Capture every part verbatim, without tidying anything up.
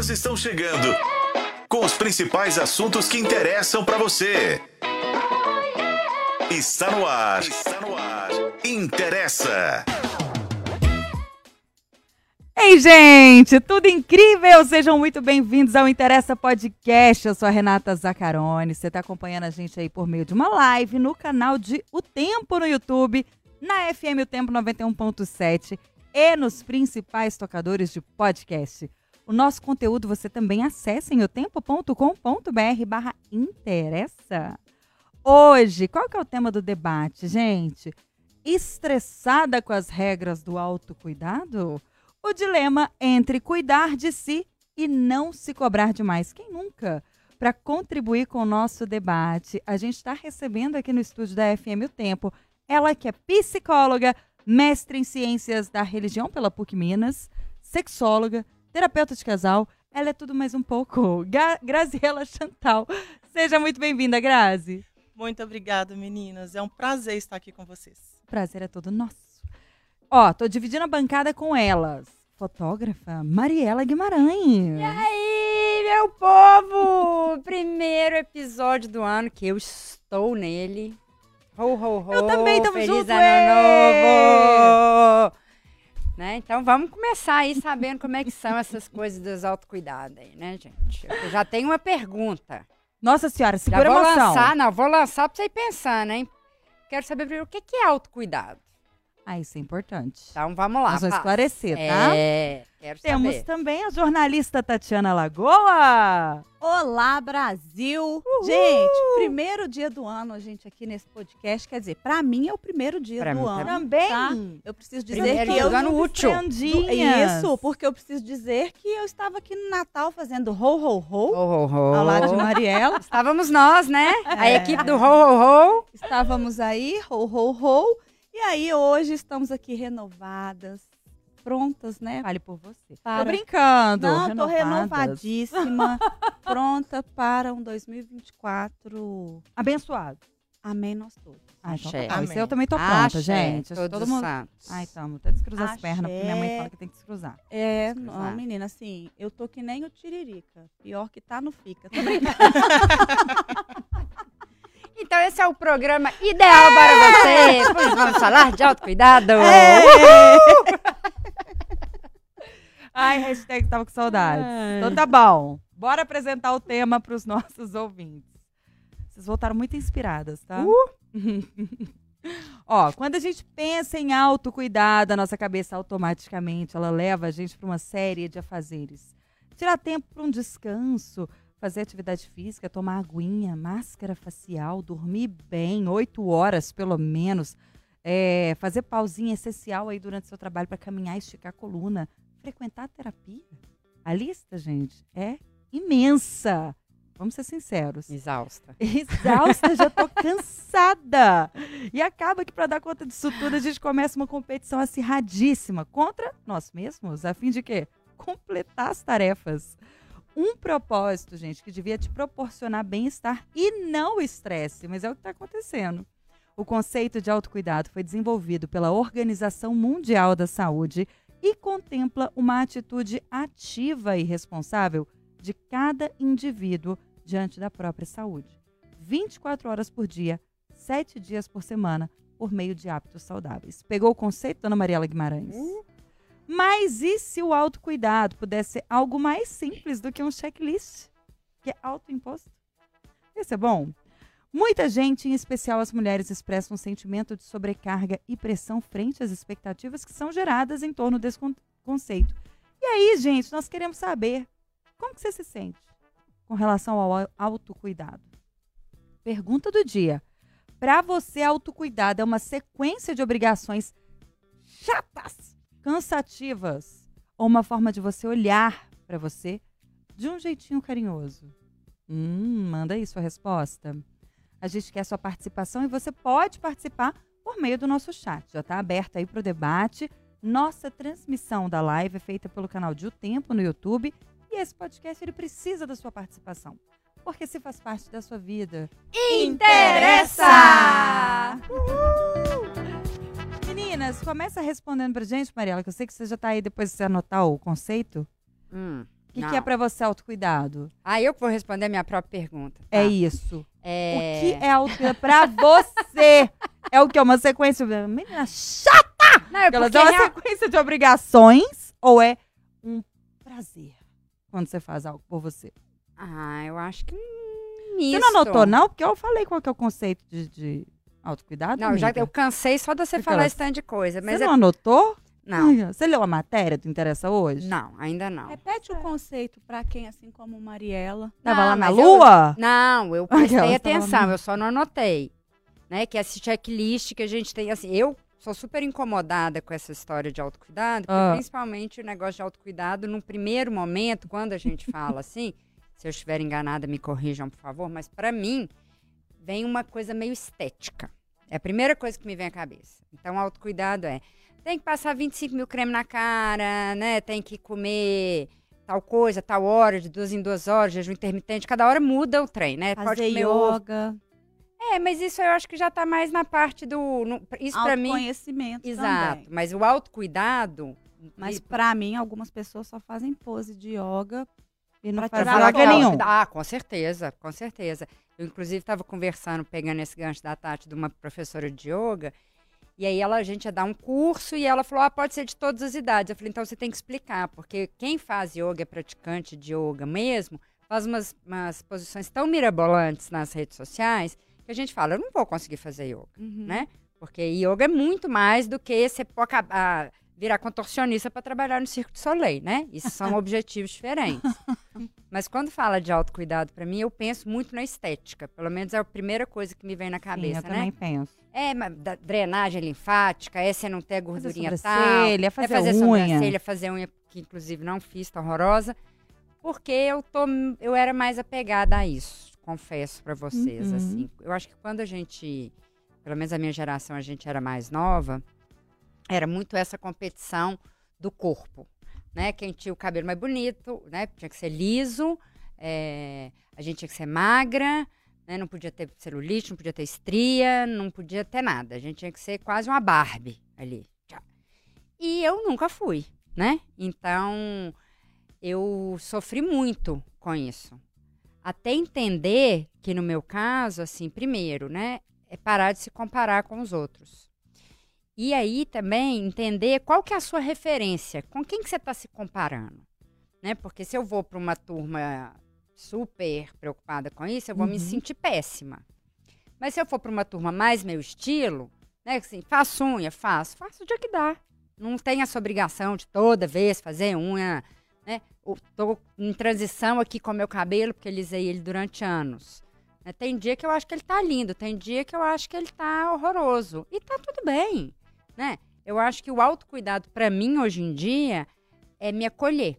Elas estão chegando com os principais assuntos que interessam para você. Está no ar. Está no ar. Interessa. Ei, gente, tudo incrível? Sejam muito bem-vindos ao Interessa Podcast. Eu sou a Renata Zaccaroni. Você está acompanhando a gente aí por meio de uma live no canal de O Tempo no YouTube, na F M O Tempo noventa e um ponto sete e nos principais tocadores de podcast. O nosso conteúdo você também acessa em otempo ponto com ponto br barra interessa. Hoje, qual que é o tema do debate, gente? Estressada com as regras do autocuidado? O dilema entre cuidar de si e não se cobrar demais. Quem nunca? Para contribuir com o nosso debate, a gente está recebendo aqui no estúdio da F M O Tempo, ela que é psicóloga, mestre em ciências da religião pela P U C Minas, sexóloga, terapeuta de casal, ela é tudo mais um pouco. Gra- Graziela Chantal. Seja muito bem-vinda, Grazi. Muito obrigada, meninas. É um prazer estar aqui com vocês. O prazer é todo nosso. Ó, tô dividindo a bancada com elas. Fotógrafa Mariela Guimarães. E aí, meu povo? Primeiro episódio do ano que eu estou nele. Ho, ho, ho. Eu também, tamo Feliz junto, ano ê! novo! Né? Então vamos começar aí sabendo como é que são essas coisas dos autocuidados aí, né, gente? Eu já tenho uma pergunta. Nossa senhora, segura já a vou emoção. lançar, não, vou lançar pra você ir pensando, hein? Quero saber primeiro o que que é autocuidado. Ah, isso é importante. Então vamos lá. Nós vamos pá. esclarecer, tá? É, quero Temos saber. também a jornalista Tatiana Lagoa. Olá, Brasil! Gente, primeiro dia do ano, a gente aqui nesse podcast, quer dizer, pra mim é o primeiro dia Pra do mim ano. Também. Tá? Eu preciso dizer Primeiro que dia eu do ano útil. Prendinhas. Isso, porque eu preciso dizer que eu estava aqui no Natal fazendo ho ho ho, Ho, ho, ho. ao lado de Mariela. Estávamos nós, né? A É. equipe do Ho, Ho, Ho. Estávamos aí, ho ho ho, e aí hoje estamos aqui renovadas, prontas, né? Fale por você. Para- Tô brincando. Não, tô renovadas. renovadíssima, pronta para um dois mil e vinte e quatro. Abençoado. Amém nós todos. Ah, então Axé. tá bom. Isso Amém. eu também tô pronta, Axé, gente. Acho que todos todo mundo... santos. Ai, tamo. Até descruzar as Axé. pernas, porque minha mãe fala que tem que descruzar. É, Descruzar. não, menina, assim, eu tô que nem o Tiririca. Pior que tá, não fica. Tô brincando. Então esse é o programa ideal para você, pois vamos falar de autocuidado. Ai, hashtag tava com saudades. Então tá bom. Bora apresentar o tema pros nossos ouvintes. Vocês voltaram muito inspiradas, tá? Ó, quando a gente pensa em autocuidado, a nossa cabeça automaticamente, ela leva a gente para uma série de afazeres. Tirar tempo para um descanso, fazer atividade física, tomar aguinha, máscara facial, dormir bem, oito horas pelo menos, é, fazer pausinha essencial aí durante o seu trabalho para caminhar e esticar a coluna, frequentar a terapia. A lista, gente, é imensa. Vamos ser sinceros. Exausta. Exausta, já tô cansada. E acaba que para dar conta disso tudo, a gente começa uma competição acirradíssima contra nós mesmos, a fim de quê? Completar as tarefas. Um propósito, gente, que devia te proporcionar bem-estar e não estresse, mas é o que está acontecendo. O conceito de autocuidado foi desenvolvido pela Organização Mundial da Saúde e contempla uma atitude ativa e responsável de cada indivíduo diante da própria saúde. vinte e quatro horas por dia, sete dias por semana, por meio de hábitos saudáveis. Pegou o conceito, dona Mariela Guimarães? Uh. Mas e se o autocuidado pudesse ser algo mais simples do que um checklist? Que é autoimposto? Isso é bom? Muita gente, em especial as mulheres, expressa um sentimento de sobrecarga e pressão frente às expectativas que são geradas em torno desse con- conceito. E aí, gente, nós queremos saber como que você se sente com relação ao au- autocuidado. Pergunta do dia. Para você, autocuidado é uma sequência de obrigações chatas, cansativas, ou uma forma de você olhar para você de um jeitinho carinhoso? Hum, manda aí sua resposta. A gente quer sua participação e você pode participar por meio do nosso chat. Já está aberto aí para o debate. Nossa transmissão da live é feita pelo canal de O Tempo no YouTube e esse podcast ele precisa da sua participação. Porque se faz parte da sua vida, Interessa! Uhul! Meninas, começa respondendo pra gente, Mariela, que eu sei que você já tá aí depois de você anotar o conceito. Hum. O que, Não. que é pra você autocuidado? Ah, eu que vou responder a minha própria pergunta. É tá? isso. É... O que é autocuidado pra você? É o que? Uma sequência... Menina chata! Não, é Ela porque é uma real- sequência de obrigações ou é um prazer quando você faz algo por você? Ah, eu acho que um Você misto. não anotou, não? Porque eu falei qual que é o conceito de, de autocuidado, Não, já, amiga. eu cansei só de você Aquelas- falar esse tanto de coisa. Mas Você é... não anotou? Não, Ai, você leu a matéria do Interessa Hoje? não, ainda não. Repete o conceito pra quem, assim como Mariela. Tava Não, lá na mas eu- lua? Não, eu Aquela, prestei você tava atenção, no- eu só não anotei. Né? Que esse checklist que a gente tem, assim, eu sou super incomodada com essa história de autocuidado, porque Ah. principalmente o negócio de autocuidado, num primeiro momento, quando a gente fala assim, se eu estiver enganada, me corrijam, por favor, mas pra mim, vem uma coisa meio estética. É a primeira coisa que me vem à cabeça. Então, autocuidado é, tem que passar vinte e cinco mil creme na cara, né? Tem que comer tal coisa, tal hora, de duas em duas horas, jejum intermitente, cada hora muda o trem, né? Pode Fazer comer ovo. yoga, É, mas isso eu acho que já tá mais na parte do... no- isso pra mim... autoconhecimento Exato. também. Mas o autocuidado... Mas e- pra mim, algumas pessoas só fazem pose de yoga. E não Pra faz tirar yoga foto. nenhum. Ah, com certeza, com certeza. Eu, inclusive, estava conversando, pegando esse gancho da Tati, de uma professora de yoga, e aí ela, a gente ia dar um curso, e ela falou, ah, pode ser de todas as idades. Eu falei, então você tem que explicar, porque quem faz yoga, é praticante de yoga mesmo, faz umas, umas posições tão mirabolantes nas redes sociais, que a gente fala, eu não vou conseguir fazer yoga, Uhum. né? Porque yoga é muito mais do que você pode acabar, virar contorcionista para trabalhar no Cirque du Soleil, né? Isso são objetivos diferentes. Mas quando fala de autocuidado, para mim, eu penso muito na estética. Pelo menos é a primeira coisa que me vem na cabeça, Sim, eu né? também penso. É, mas da- drenagem linfática, é você não ter a gordurinha tal. sobrancelha, É fazer fazer unha. sobrancelha, fazer unha, que inclusive não fiz, tá horrorosa. Porque eu, tô, eu era mais apegada a isso, confesso para vocês, Uhum. assim. Eu acho que quando a gente, pelo menos a minha geração, a gente era mais nova, era muito essa competição do corpo, né? Quem tinha o cabelo mais bonito, né? Tinha que ser liso, é, a gente tinha que ser magra, né? Não podia ter celulite, não podia ter estria, não podia ter nada. A gente tinha que ser quase uma Barbie ali. Tchau. E eu nunca fui, né? Então, eu sofri muito com isso. Até entender que, no meu caso, assim, primeiro, né? É parar de se comparar com os outros. E aí também entender qual que é a sua referência, com quem que você está se comparando, né? Porque se eu vou para uma turma super preocupada com isso, eu vou me Uhum. sentir péssima. Mas se eu for para uma turma mais meu estilo, né? Assim, faço unha, faço, faço o dia que dá. Não tem essa obrigação de toda vez fazer unha, né? Eu tô em transição aqui com o meu cabelo, porque eu alisei ele durante anos. Né? Tem dia que eu acho que ele tá lindo, tem dia que eu acho que ele tá horroroso. E tá tudo bem, né? Eu acho que o autocuidado, pra mim, hoje em dia, é me acolher.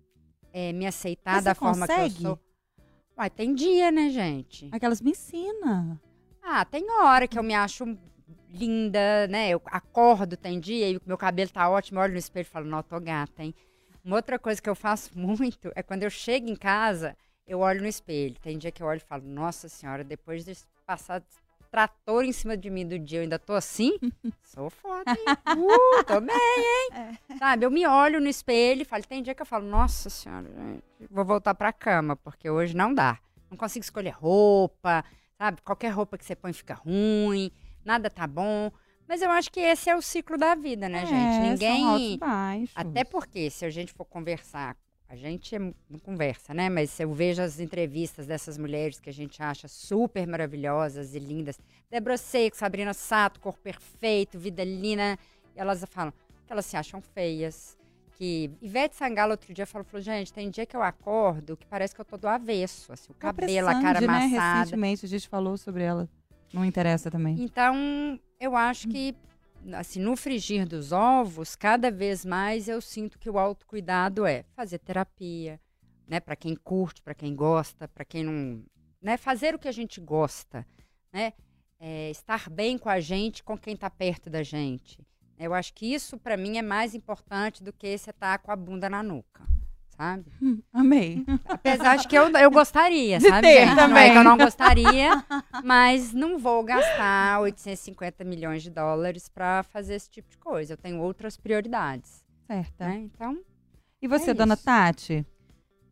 É me aceitar Mas da você forma consegue? que eu sou. Uai, tem dia, né, gente? Aquelas me ensina. Ah, tem hora que eu me acho linda, né? Eu acordo, tem dia, e o meu cabelo tá ótimo, eu olho no espelho e falo, não, tô gata, hein? Uma outra coisa que eu faço muito é quando eu chego em casa, eu olho no espelho. Tem dia que eu olho e falo, nossa senhora, depois de passar trator em cima de mim do dia, eu ainda tô assim? Sou foda, hein? Uh, tô bem, hein? Sabe, eu me olho no espelho e falo, tem dia que eu falo, nossa senhora, gente, vou voltar pra cama, porque hoje não dá. Não consigo escolher roupa, sabe? Qualquer roupa que você põe fica ruim, nada tá bom. Mas eu acho que esse é o ciclo da vida, né, gente? Ninguém... São altos e baixos. Até porque, se a gente for conversar, a gente é- não conversa, né? Mas se eu vejo as entrevistas dessas mulheres que a gente acha super maravilhosas e lindas, Débora Seco, Sabrina Sato, corpo perfeito, vida linda, e elas falam que elas se acham feias. Que Ivete Sangalo outro dia falou, falou, gente, tem dia que eu acordo que parece que eu tô do avesso, assim, o cabelo, a cara Sandy, né? amassada. Recentemente a gente falou sobre ela. Não interessa também. Então, eu acho que, assim, no frigir dos ovos, cada vez mais eu sinto que o autocuidado é fazer terapia, né? Para quem curte, para quem gosta, para quem não... Né? Fazer o que a gente gosta, né? É, estar bem com a gente, com quem está perto da gente. Eu acho que isso, para mim, é mais importante do que você estar com a bunda na nuca, sabe? Amei. Apesar de que eu, eu gostaria, De sabe, ter gente? Não é também. que eu não gostaria, mas não vou gastar oitocentos e cinquenta milhões de dólares para fazer esse tipo de coisa. Eu tenho outras prioridades, Certa. né? Então, E você, É dona isso. Tati?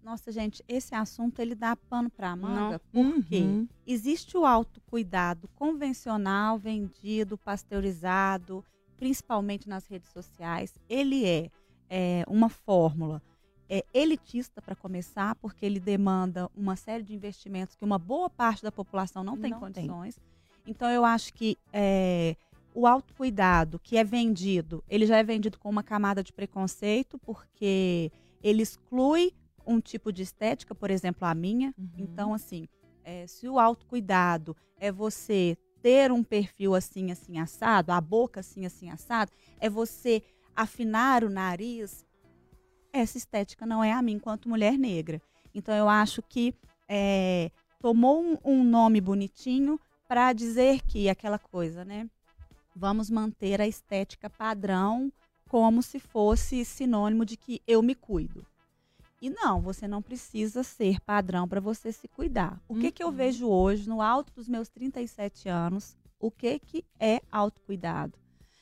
Nossa, gente, esse assunto ele dá pano pra manga, Não. porque Uhum. existe o autocuidado convencional, vendido, pasteurizado, principalmente nas redes sociais. Ele é, é uma fórmula é, elitista para começar, porque ele demanda uma série de investimentos que uma boa parte da população não tem Não tem. condições. Então, eu acho que é, o autocuidado que é vendido, ele já é vendido com uma camada de preconceito, porque ele exclui um tipo de estética, por exemplo, a minha. Uhum. Então, assim, é, se o autocuidado é você ter um perfil assim, assim, assado, a boca assim, assim, assado, é você afinar o nariz, essa estética não é a mim enquanto mulher negra. Então, eu acho que é, tomou um, um nome bonitinho para dizer que aquela coisa, né? Vamos manter a estética padrão como se fosse sinônimo de que eu me cuido. E não, você não precisa ser padrão para você se cuidar. O que, que eu Uhum. vejo hoje, no alto dos meus trinta e sete anos, o que, que é autocuidado?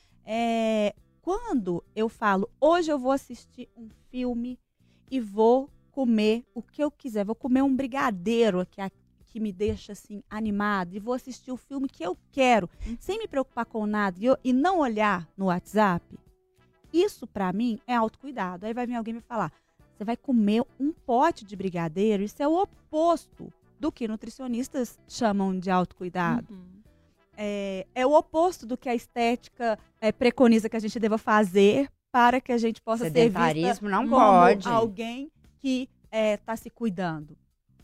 É, quando eu falo, hoje eu vou assistir um filme e vou comer o que eu quiser, vou comer um brigadeiro que, que me deixa assim animado, e vou assistir o filme que eu quero, sem me preocupar com nada, e, eu, e não olhar no WhatsApp, isso para mim é autocuidado. Aí vai vir alguém me falar, você vai comer um pote de brigadeiro, isso é o oposto do que nutricionistas chamam de autocuidado. Uhum. É, é o oposto do que a estética é, preconiza que a gente deva fazer para que a gente possa ser vista Sedentarismo não como pode. alguém que está se cuidando.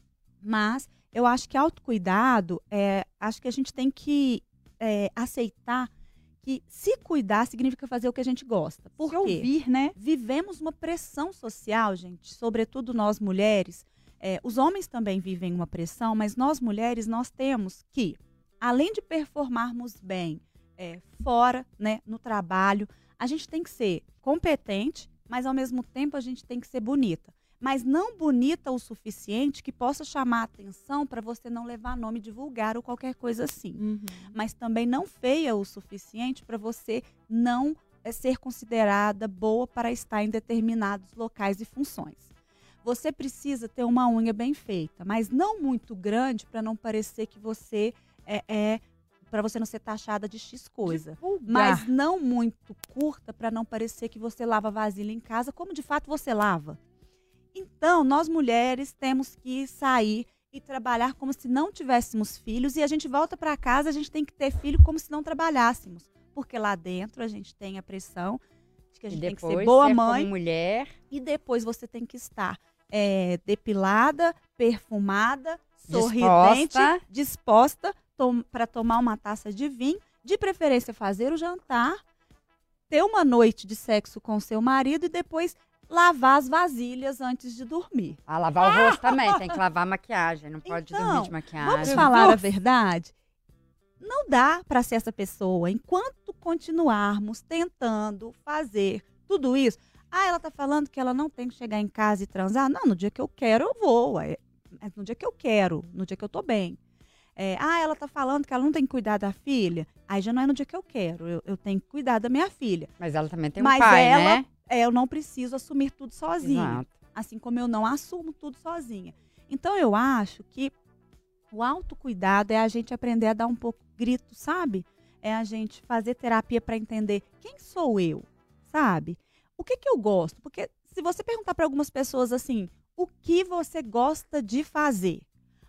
Mas eu acho que autocuidado, é, acho que a gente tem que é, aceitar que se cuidar significa fazer o que a gente gosta. Por Se quê? ouvir, né? Vivemos uma pressão social, gente, sobretudo nós mulheres. É, os homens também vivem uma pressão, mas nós mulheres, nós temos que, além de performarmos bem é, fora, né, no trabalho, a gente tem que ser competente, mas ao mesmo tempo a gente tem que ser bonita. Mas não bonita o suficiente que possa chamar a atenção para você não levar nome de vulgar ou qualquer coisa assim. Uhum. Mas também não feia o suficiente para você não é, ser considerada boa para estar em determinados locais e funções. Você precisa ter uma unha bem feita, mas não muito grande para não parecer que você é, é para você não ser taxada de X coisa. De vulgar. Mas não muito curta para não parecer que você lava vasilha em casa, como de fato você lava. Então, nós mulheres temos que sair e trabalhar como se não tivéssemos filhos, e a gente volta para casa, a gente tem que ter filho como se não trabalhássemos, porque lá dentro a gente tem a pressão de que a gente tem que ser boa mãe, como mulher, e depois você tem que estar é, depilada, perfumada, sorridente, Disposta. disposta tom, para tomar uma taça de vinho, de preferência fazer o jantar, ter uma noite de sexo com seu marido e depois lavar as vasilhas antes de dormir. a lavar o rosto também, tem que lavar a maquiagem, não pode Então, dormir de maquiagem. Vamos falar a verdade? Não dá para ser essa pessoa. Enquanto continuarmos tentando fazer tudo isso, ah, ela tá falando que ela não tem que chegar em casa e transar. Não, no dia que eu quero eu vou. É, é no dia que eu quero, no dia que eu tô bem. É, ah, ela tá falando que ela não tem que cuidar da filha. Aí já não é no dia que eu quero. Eu, eu tenho que cuidar da minha filha. Mas ela também tem um Mas pai, ela, né? é, eu não preciso assumir tudo sozinha. Exato. Assim como eu não assumo tudo sozinha. Então, eu acho que o autocuidado é a gente aprender a dar um pouco grito, sabe? É a gente fazer terapia para entender quem sou eu, sabe? O que que eu gosto? Porque se você perguntar para algumas pessoas assim, o que você gosta de fazer?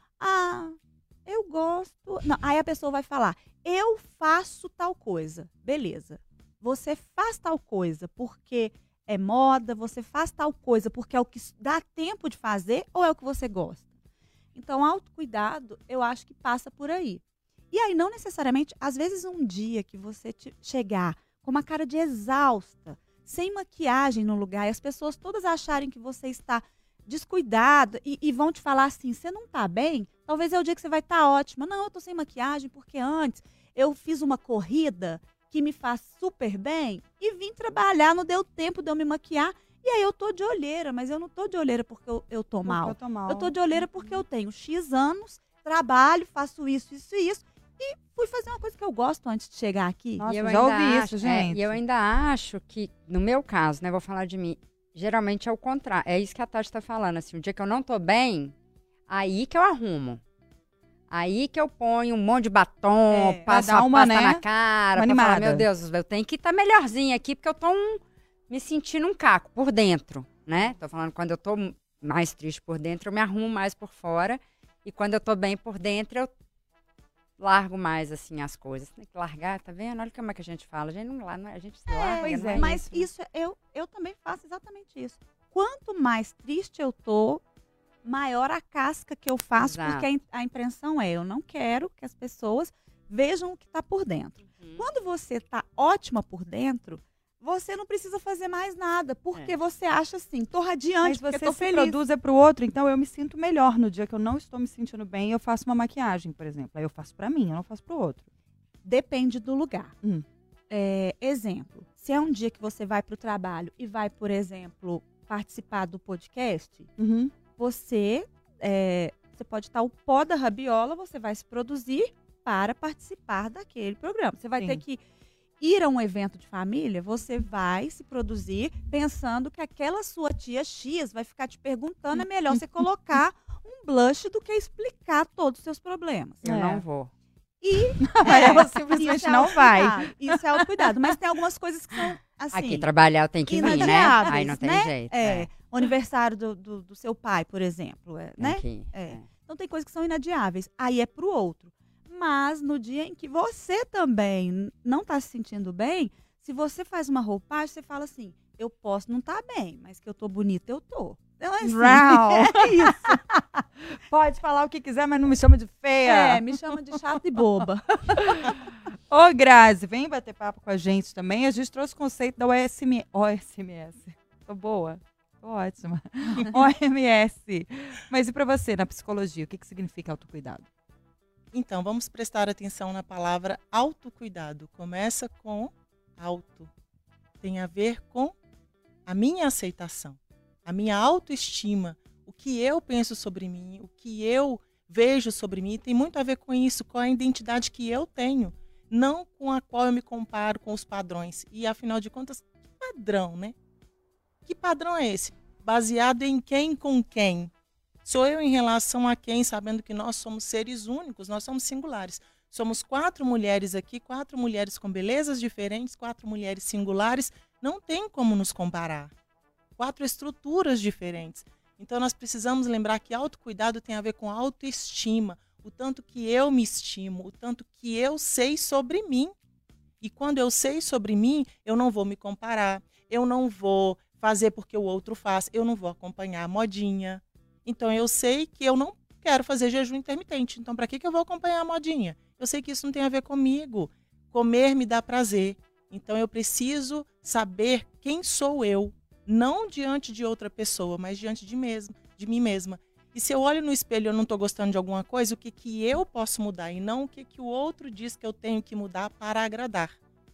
Ah, eu gosto... Não, aí a pessoa vai falar, eu faço tal coisa. Beleza. Você faz tal coisa porque é moda, você faz tal coisa porque é o que dá tempo de fazer ou é o que você gosta? Então, autocuidado, eu acho que passa por aí. E aí, não necessariamente, às vezes um dia que você te chegar com uma cara de exausta, sem maquiagem no lugar, e as pessoas todas acharem que você está descuidado e, e vão te falar assim, você não tá bem? Talvez é o dia que você vai estar ótima. Não, eu tô sem maquiagem porque antes eu fiz uma corrida que me faz super bem e vim trabalhar, não deu tempo de eu me maquiar. E aí eu tô de olheira, mas eu não tô de olheira porque eu, eu tô mal. Eu tô mal. Eu tô de olheira porque eu tenho X anos, trabalho, faço isso, isso e isso. E fui fazer uma coisa que eu gosto antes de chegar aqui. Nossa, E eu já ainda ouvi acho, isso, é, gente. e eu ainda acho que, no meu caso, né, vou falar de mim, geralmente é o contrário. É isso que a Tati tá falando. Assim, o dia que eu não tô bem, aí que eu arrumo. Aí que eu ponho um monte de batom, É, passo pra dar uma uma, pasta né, na cara, uma pra falar, animada. meu Deus, eu tenho que estar melhorzinha aqui, porque eu tô um- me sentindo um caco por dentro, né? Tô falando, quando eu tô mais triste por dentro, eu me arrumo mais por fora. E quando eu tô bem por dentro, eu largo mais, assim, as coisas. Tem que largar, tá vendo? Olha como é que a gente fala. A gente não, larga, a gente se larga, Pois não é, é mas isso, né? isso, eu, eu também faço exatamente isso. Quanto mais triste eu tô, maior a casca que eu faço, Exato. porque a, in- a impressão é, eu não quero que as pessoas vejam o que está por dentro. Uhum. Quando você tá ótima por dentro, você não precisa fazer mais nada, porque É. você acha assim, tô radiante, Mas porque você tô se feliz. produz é pro outro, então eu me sinto melhor no dia que eu não estou me sentindo bem, eu faço uma maquiagem, por exemplo. Aí eu faço pra mim, eu não faço pro outro. Depende do lugar. Hum. É, exemplo, se é um dia que você vai para o trabalho e vai, por exemplo, participar do podcast, Uhum. você, é, você pode estar o pó da rabiola, você vai se produzir para participar daquele programa. Você vai Sim. ter que ir a um evento de família, você vai se produzir pensando que aquela sua tia X vai ficar te perguntando, é melhor você colocar um blush do que explicar todos os seus problemas. Eu É. não vou. Mas ela isso simplesmente é não vai. autocuidado, Isso é autocuidado. Mas tem algumas coisas que são assim. Aqui trabalhar eu tenho que vir, né? inadiáveis, Aí não tem né? jeito. É, o aniversário do, do, do seu pai, por exemplo, é, Tem né? que ir, É. é. Então tem coisas que são inadiáveis. Aí é pro outro. Mas no dia em que você também n- não tá se sentindo bem, se você faz uma roupagem, você fala assim, eu posso não estar bem, mas que eu tô bonita, eu tô. Então é assim, Rau. é isso. Pode falar o que quiser, mas não me chama de feia. É, me chama de chata e boba. Ô, Grazi, vem bater papo com a gente também. A gente trouxe o conceito da O S M O S M S. Tô boa? Tô ótima. O M S. Mas e pra você, na psicologia, o que, que significa autocuidado? Então, vamos prestar atenção na palavra autocuidado. Começa com auto. Tem a ver com a minha aceitação, a minha autoestima, o que eu penso sobre mim, o que eu vejo sobre mim. Tem muito a ver com isso, com a identidade que eu tenho, não com a qual eu me comparo com os padrões. E, afinal de contas, que padrão, né? Que padrão é esse? Baseado em quem com quem? Sou eu em relação a quem, sabendo que nós somos seres únicos, nós somos singulares. Somos quatro mulheres aqui, quatro mulheres com belezas diferentes, quatro mulheres singulares. Não tem como nos comparar. Quatro estruturas diferentes. Então, nós precisamos lembrar que autocuidado tem a ver com autoestima. O tanto que eu me estimo, o tanto que eu sei sobre mim. E quando eu sei sobre mim, eu não vou me comparar. Eu não vou fazer porque o outro faz. Eu não vou acompanhar a modinha. Então, eu sei que eu não quero fazer jejum intermitente. Então, para que, que eu vou acompanhar a modinha? Eu sei que isso não tem a ver comigo. Comer me dá prazer. Então, eu preciso saber quem sou eu. Não diante de outra pessoa, mas diante de, mesmo, de mim mesma. E se eu olho no espelho e eu não estou gostando de alguma coisa, o que, que eu posso mudar? E não o que, que o outro diz que eu tenho que mudar para agradar.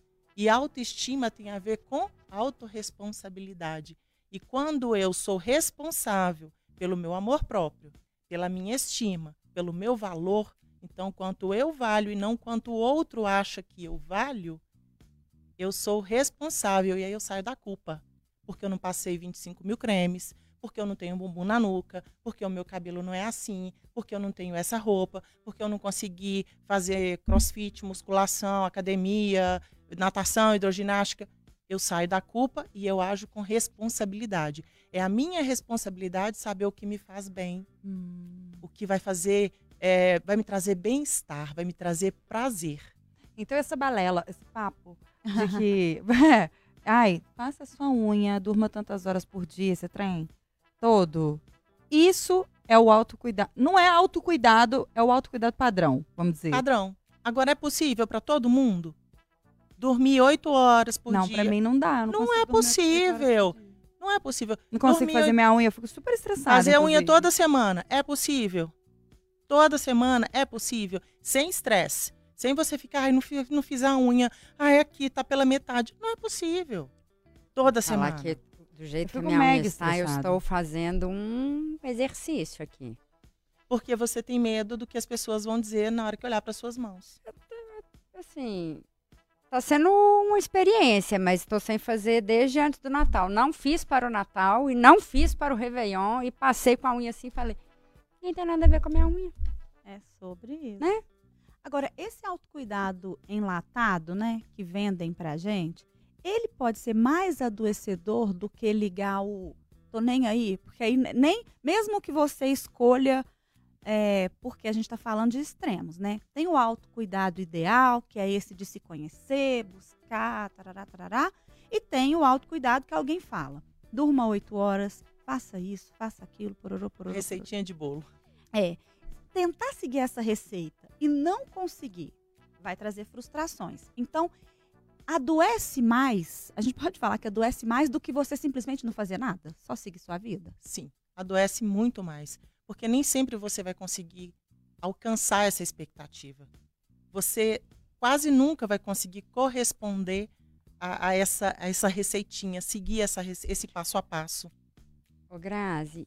E autoestima tem a ver com autorresponsabilidade. E quando eu sou responsável pelo meu amor próprio, pela minha estima, pelo meu valor, então quanto eu valho e não quanto o outro acha que eu valho, eu sou responsável e aí eu saio da culpa. Porque eu não passei vinte e cinco mil cremes, porque eu não tenho bumbum na nuca, porque o meu cabelo não é assim, porque eu não tenho essa roupa, porque eu não consegui fazer crossfit, musculação, academia, natação, hidroginástica. Eu saio da culpa e eu ajo com responsabilidade. É a minha responsabilidade saber o que me faz bem, Hum. o que vai fazer, é, vai me trazer bem-estar, vai me trazer prazer. Então, essa balela, esse papo de que... Ai, faça sua unha, durma tantas horas por dia, esse trem todo. Isso é o autocuidado. Não é autocuidado, é o autocuidado padrão, vamos dizer. Padrão. Agora, é possível para todo mundo? Dormir oito horas por não, dia? pra mim não dá. eu Não, Não consigo é dormir oito horas possível. por dia. Não é possível. Não consigo Dormir fazer oito- minha unha, eu fico super estressada. Fazer a unha inclusive. toda semana é possível. Toda semana é possível. Sem estresse. Sem você ficar, ai, não, fi- não fiz a unha. Ai, aqui tá pela metade. Não é possível. Toda Falar semana. que do jeito que fico minha unha mega está, eu estressada. estou fazendo um exercício aqui. Porque você tem medo do que as pessoas vão dizer na hora que olhar para suas mãos. Assim, Tá sendo uma experiência, mas estou sem fazer desde antes do Natal. Não fiz para o Natal e não fiz para o Réveillon e passei com a unha assim e falei, não tem nada a ver com a minha unha. É sobre isso. Né? Agora, esse autocuidado enlatado, né, que vendem pra gente, ele pode ser mais adoecedor do que ligar o tô nem aí, porque aí nem, mesmo que você escolha, é, porque a gente está falando de extremos, né? Tem o autocuidado ideal, que é esse de se conhecer, buscar, tarará, tarará, e tem o autocuidado que alguém fala. Durma oito horas, faça isso, faça aquilo, pororô, pororô. Receitinha de bolo. É, tentar seguir essa receita e não conseguir vai trazer frustrações. Então, adoece mais, a gente pode falar que adoece mais do que você simplesmente não fazer nada, só seguir sua vida? Sim, adoece muito mais, porque nem sempre você vai conseguir alcançar essa expectativa. Você quase nunca vai conseguir corresponder a, a, essa, a essa receitinha, seguir essa, esse passo a passo. Ô, Grazi,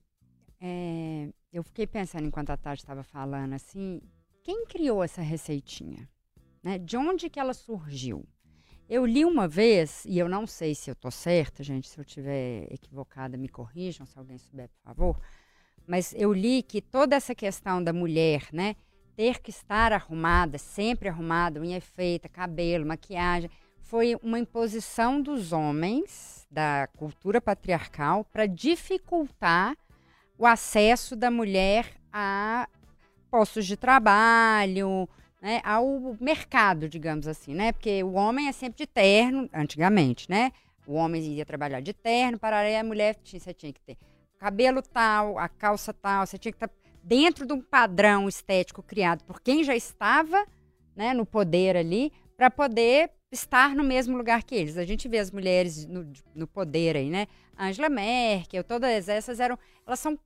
é, eu fiquei pensando enquanto a Tati estava falando assim, quem criou essa receitinha? Né? De onde que ela surgiu? Eu li uma vez, e eu não sei se eu tô certa, gente, se eu estiver equivocada, me corrijam, se alguém souber, por favor. Mas eu li que toda essa questão da mulher, né, ter que estar arrumada, sempre arrumada, unha feita, cabelo, maquiagem, foi uma imposição dos homens, da cultura patriarcal, para dificultar o acesso da mulher a postos de trabalho, né, ao mercado, digamos assim, né? Porque o homem é sempre de terno, antigamente, né? O homem ia trabalhar de terno, para aí a mulher tinha, você tinha que ter cabelo tal, a calça tal, você tinha que estar dentro de um padrão estético criado por quem já estava, né, no poder ali, para poder estar no mesmo lugar que eles. A gente vê as mulheres no, no poder aí, né? Angela Merkel, todas essas eram, elas são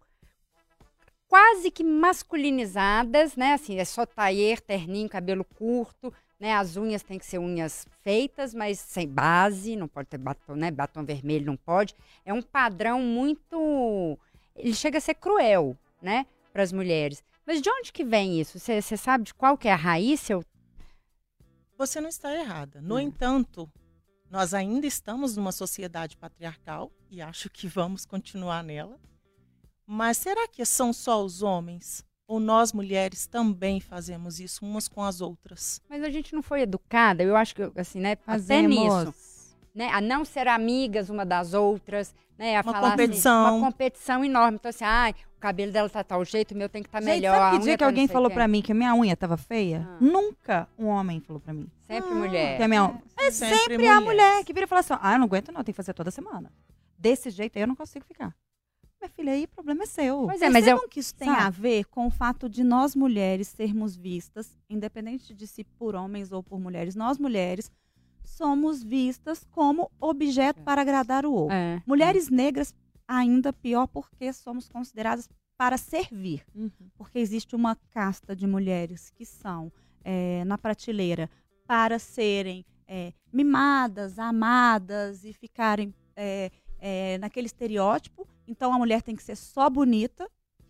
quase que masculinizadas, né? Assim, é só taier, terninho, cabelo curto, né? As unhas têm que ser unhas feitas, mas sem base, não pode ter batom, né? Batom vermelho não pode. É um padrão muito... Ele chega a ser cruel, né? Para as mulheres. Mas de onde que vem isso? Você sabe de qual que é a raiz? Seu... Você não está errada. No Hum. entanto, nós ainda estamos numa sociedade patriarcal e acho que vamos continuar nela. Mas será que são só os homens? Ou nós, mulheres, também fazemos isso umas com as outras? Mas a gente não foi educada, eu acho que, assim, né? Fazemos. Até nisso. Né, a não ser amigas uma das outras, né? A Uma falar competição. Assim, uma competição enorme. Então, assim, ai, o cabelo dela tá tal jeito, o meu tem que estar tá Gente, melhor. sabe a que unha dia que tá não alguém sei falou quê. pra mim que a minha unha tava feia? Ah. Nunca um homem falou pra mim. Sempre mulher. Que a minha unha... É Sempre sempre, a mulheres. mulher que vira e fala assim, ah, eu não aguento não, tem que fazer toda semana. Desse jeito aí eu não consigo ficar. Minha filha, aí o problema é seu. Pois é, mas eu... Percebam que isso tem Sabe? a ver com o fato de nós mulheres sermos vistas, independente de se por homens ou por mulheres, nós mulheres somos vistas como objeto para agradar o outro. É. Mulheres negras, ainda pior, porque somos consideradas para servir. Uhum. Porque existe uma casta de mulheres que são é, na prateleira para serem é, mimadas, amadas e ficarem é, é, naquele estereótipo. Então, a mulher tem que ser só bonita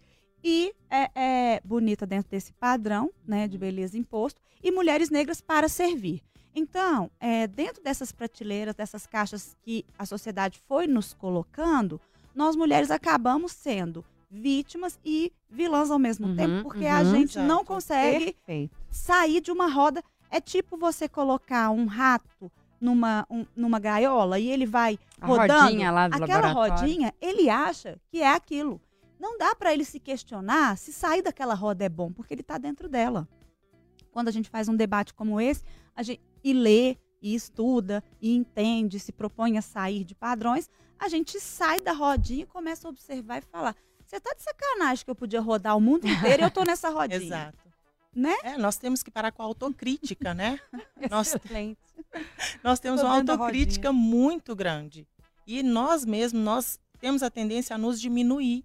e é, é, bonita dentro desse padrão, né, de beleza imposto, e mulheres negras para servir. Então, é, dentro dessas prateleiras, dessas caixas que a sociedade foi nos colocando, nós mulheres acabamos sendo vítimas e vilãs ao mesmo Uhum, tempo, porque a uhum. gente não Exato. consegue Perfeito. sair de uma roda. É tipo você colocar um rato numa, um- numa gaiola e ele vai A rodando. rodinha lá do Aquela laboratório. rodinha, ele acha que é aquilo. Não dá para ele se questionar se sair daquela roda é bom, porque ele está dentro dela. Quando a gente faz um debate como esse, a gente, e lê, e estuda, e entende, se propõe a sair de padrões, a gente sai da rodinha e começa a observar e falar, você tá de sacanagem que eu podia rodar o mundo inteiro e eu tô nessa rodinha. Exato. Né? É, nós temos que parar com a autocrítica, né? Nós, Excelente. nós temos Tô uma dentro da autocrítica muito grande. E nós mesmos, nós temos a tendência a nos diminuir.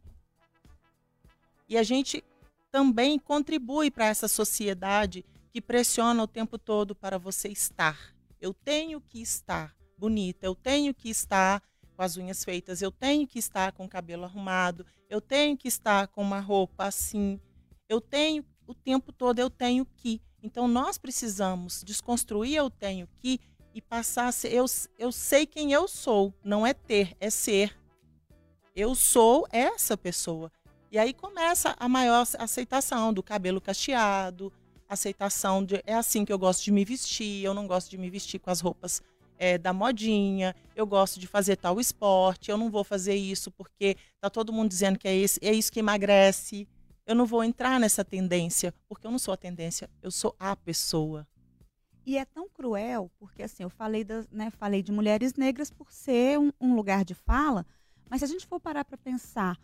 E a gente também contribui para essa sociedade que pressiona o tempo todo para você estar. Eu tenho que estar bonita, eu tenho que estar com as unhas feitas, eu tenho que estar com o cabelo arrumado, eu tenho que estar com uma roupa assim, eu tenho o tempo todo, eu tenho que. Então nós precisamos desconstruir eu tenho que e passar a ser. Eu, eu sei quem eu sou, não é ter, é ser. Eu sou essa pessoa. E aí começa a maior aceitação do cabelo cacheado, aceitação de é assim que eu gosto de me vestir, eu não gosto de me vestir com as roupas é, da modinha, eu gosto de fazer tal esporte, eu não vou fazer isso porque tá todo mundo dizendo que é, esse, é isso que emagrece. Eu não vou entrar nessa tendência, porque eu não sou a tendência, eu sou a pessoa. E é tão cruel, porque assim, eu falei, das, né, falei de mulheres negras por ser um, um lugar de fala, mas se a gente for parar para pensar,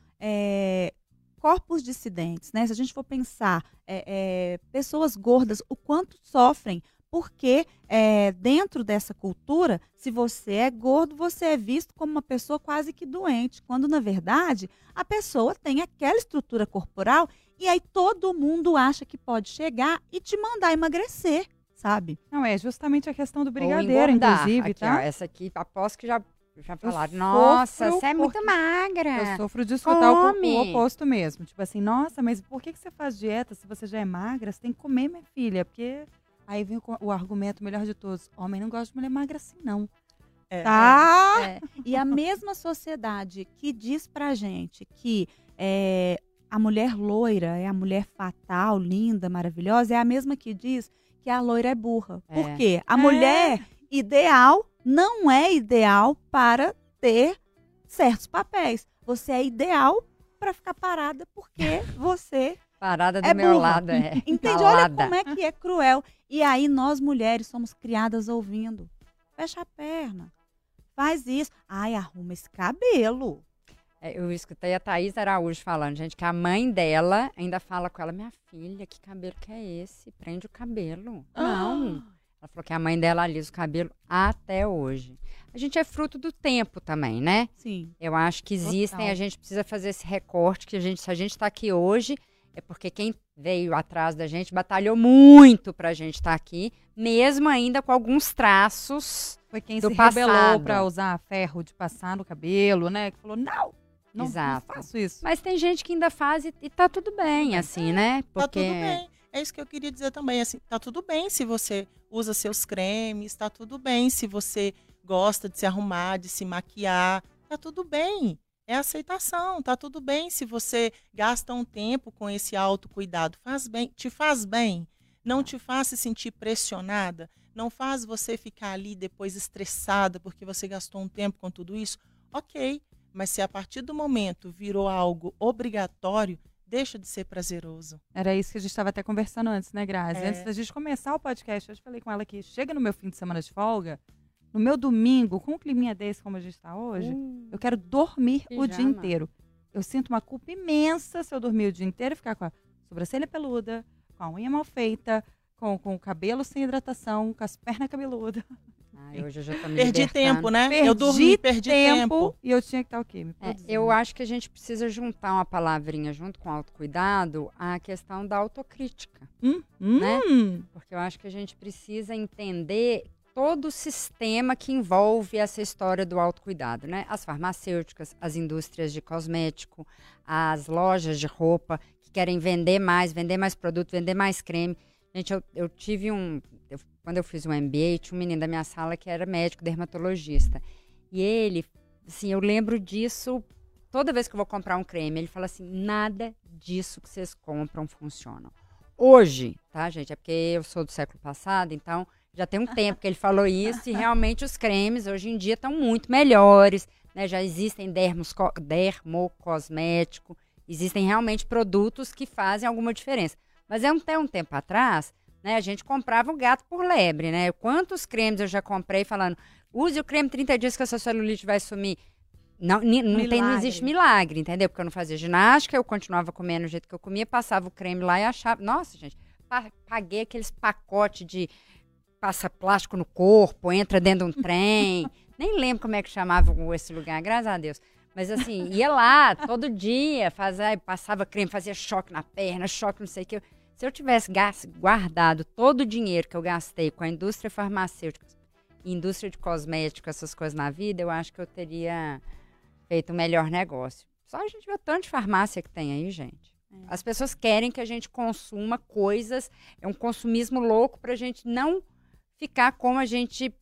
é, corpos dissidentes, né, se a gente for pensar é, é, pessoas gordas, o quanto sofrem, porque é, dentro dessa cultura, se você é gordo, você é visto como uma pessoa quase que doente, quando na verdade a pessoa tem aquela estrutura corporal e aí todo mundo acha que pode chegar e te mandar emagrecer, sabe? Não, é justamente a questão do Ou brigadeiro, engordar. inclusive, Aqui, tá? ó, essa aqui, aposto que já, já falaram. sofro Nossa, você é muito porque- magra. Eu sofro de escutar o, come. o oposto mesmo. Tipo assim, nossa, mas por que, que você faz dieta se você já é magra? Você tem que comer, minha filha, porque... Aí vem o, o argumento melhor de todos. Homem não gosta de mulher magra assim, não. É, Tá? É, e a mesma sociedade que diz pra gente que é, a mulher loira é a mulher fatal, linda, maravilhosa, é a mesma que diz que a loira é burra. É. Por quê? A É. mulher ideal não é ideal para ter certos papéis. Você é ideal para ficar parada porque você Parada do é meu burra. lado, é. entende. Olha Calada. como é que é cruel. E aí nós mulheres somos criadas ouvindo. Fecha a perna. Faz isso. Ai, arruma esse cabelo. É, eu escutei a Thaís Araújo falando, gente, que a mãe dela ainda fala com ela, minha filha, que cabelo que é esse? Prende o cabelo. Não. Ela falou que a mãe dela alisa o cabelo até hoje. A gente é fruto do tempo também, né? Sim. Eu acho que existem, Total. a gente precisa fazer esse recorte, que a gente, se a gente está aqui hoje, é porque quem veio atrás da gente batalhou muito pra gente estar aqui, mesmo ainda com alguns traços. Foi quem do se rebelou passado. pra usar ferro de passar no cabelo, né? Que falou, não, não, Exato. não faço isso. Mas tem gente que ainda faz e, e tá tudo bem, assim, né? Tá tudo bem. É isso que eu queria dizer também. Assim, tá tudo bem se você usa seus cremes, tá tudo bem se você gosta de se arrumar, de se maquiar. Tá tudo bem. É aceitação. Tá tudo bem se você gasta um tempo com esse autocuidado. Faz bem, te faz bem. Não te faz se sentir pressionada. Não faz você ficar ali depois estressada porque você gastou um tempo com tudo isso. Ok. Mas se a partir do momento virou algo obrigatório, deixa de ser prazeroso. Era isso que a gente estava até conversando antes, né, Grazi? É. Antes da gente começar o podcast, eu falei com ela que chega no meu fim de semana de folga, no meu domingo, com um climinha desse como a gente está hoje, Hum, eu quero dormir o dia Pijama. inteiro. Eu sinto uma culpa imensa se eu dormir o dia inteiro e ficar com a sobrancelha peluda, com a unha mal feita, com, com o cabelo sem hidratação, com as pernas cabeludas. ai, hoje eu já tô me Perdi libertando. tempo, né? Perdi eu dormi, perdi tempo. tempo e eu tinha que estar o quê? Me É, produzindo. eu acho que a gente precisa juntar uma palavrinha junto com o autocuidado à questão da autocrítica. Hum, né? hum. Porque eu acho que a gente precisa entender todo o sistema que envolve essa história do autocuidado, né? As farmacêuticas, as indústrias de cosmético, as lojas de roupa que querem vender mais, vender mais produto, vender mais creme. Gente, eu, eu tive um... eu- quando eu fiz o M B A, tinha um menino da minha sala que era médico dermatologista. E ele, assim, eu lembro disso toda vez que eu vou comprar um creme. Ele fala assim, nada disso que vocês compram funciona. Hoje, tá, gente? É porque eu sou do século passado, então já tem um tempo que ele falou isso e realmente os cremes hoje em dia estão muito melhores, né? Já existem dermos, co- dermocosmético, existem realmente produtos que fazem alguma diferença. Mas é um, até um tempo atrás, né, a gente comprava o gato por lebre, né? Quantos cremes eu já comprei falando, use o creme trinta dias que a sua celulite vai sumir. Não, ni- não, tem, não Milagre. existe milagre, entendeu? Porque eu não fazia ginástica, eu continuava comendo do jeito que eu comia, passava o creme lá e achava... Nossa, gente, pa- paguei aqueles pacotes de passa plástico no corpo, entra dentro de um trem. Nem lembro como é que chamava esse lugar, graças a Deus. Mas assim, ia lá todo dia, fazia, passava creme, fazia choque na perna, choque não sei o que. Se eu tivesse gas- guardado todo o dinheiro que eu gastei com a indústria farmacêutica, indústria de cosméticos, essas coisas na vida, eu acho que eu teria feito um melhor negócio. Só a gente vê o tanto de farmácia que tem aí, gente. As pessoas querem que a gente consuma coisas, é um consumismo louco pra gente não ficar como a gente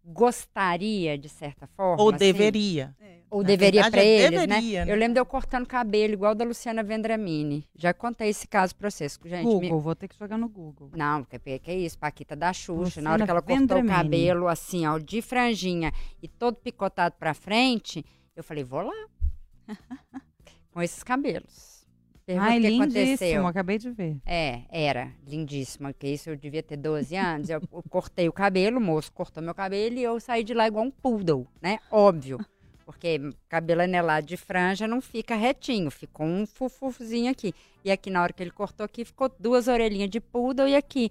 gostaria, de certa forma. Ou assim, deveria. Ou Na deveria verdade, para é eles, deveria, né? né? Eu lembro de eu cortando cabelo, igual da Luciana Vendramini. Já contei esse caso pra vocês. Gente, me- Google, vou ter que jogar no Google. Não, que, que é isso, Paquita da Xuxa. Na Luciana hora que ela cortou Vendramini. o cabelo, assim, ó, de franjinha e todo picotado pra frente, eu falei, vou lá. Com esses cabelos. Pergunta Ai, o que lindíssimo, aconteceu. acabei de ver. É, era lindíssima, porque isso eu devia ter doze anos. Eu, eu cortei o cabelo, o moço cortou meu cabelo e eu saí de lá igual um poodle, né? Óbvio. Porque cabelo anelado de franja não fica retinho, ficou um fufuzinho aqui. E aqui, na hora que ele cortou aqui, ficou duas orelhinhas de poodle e aqui.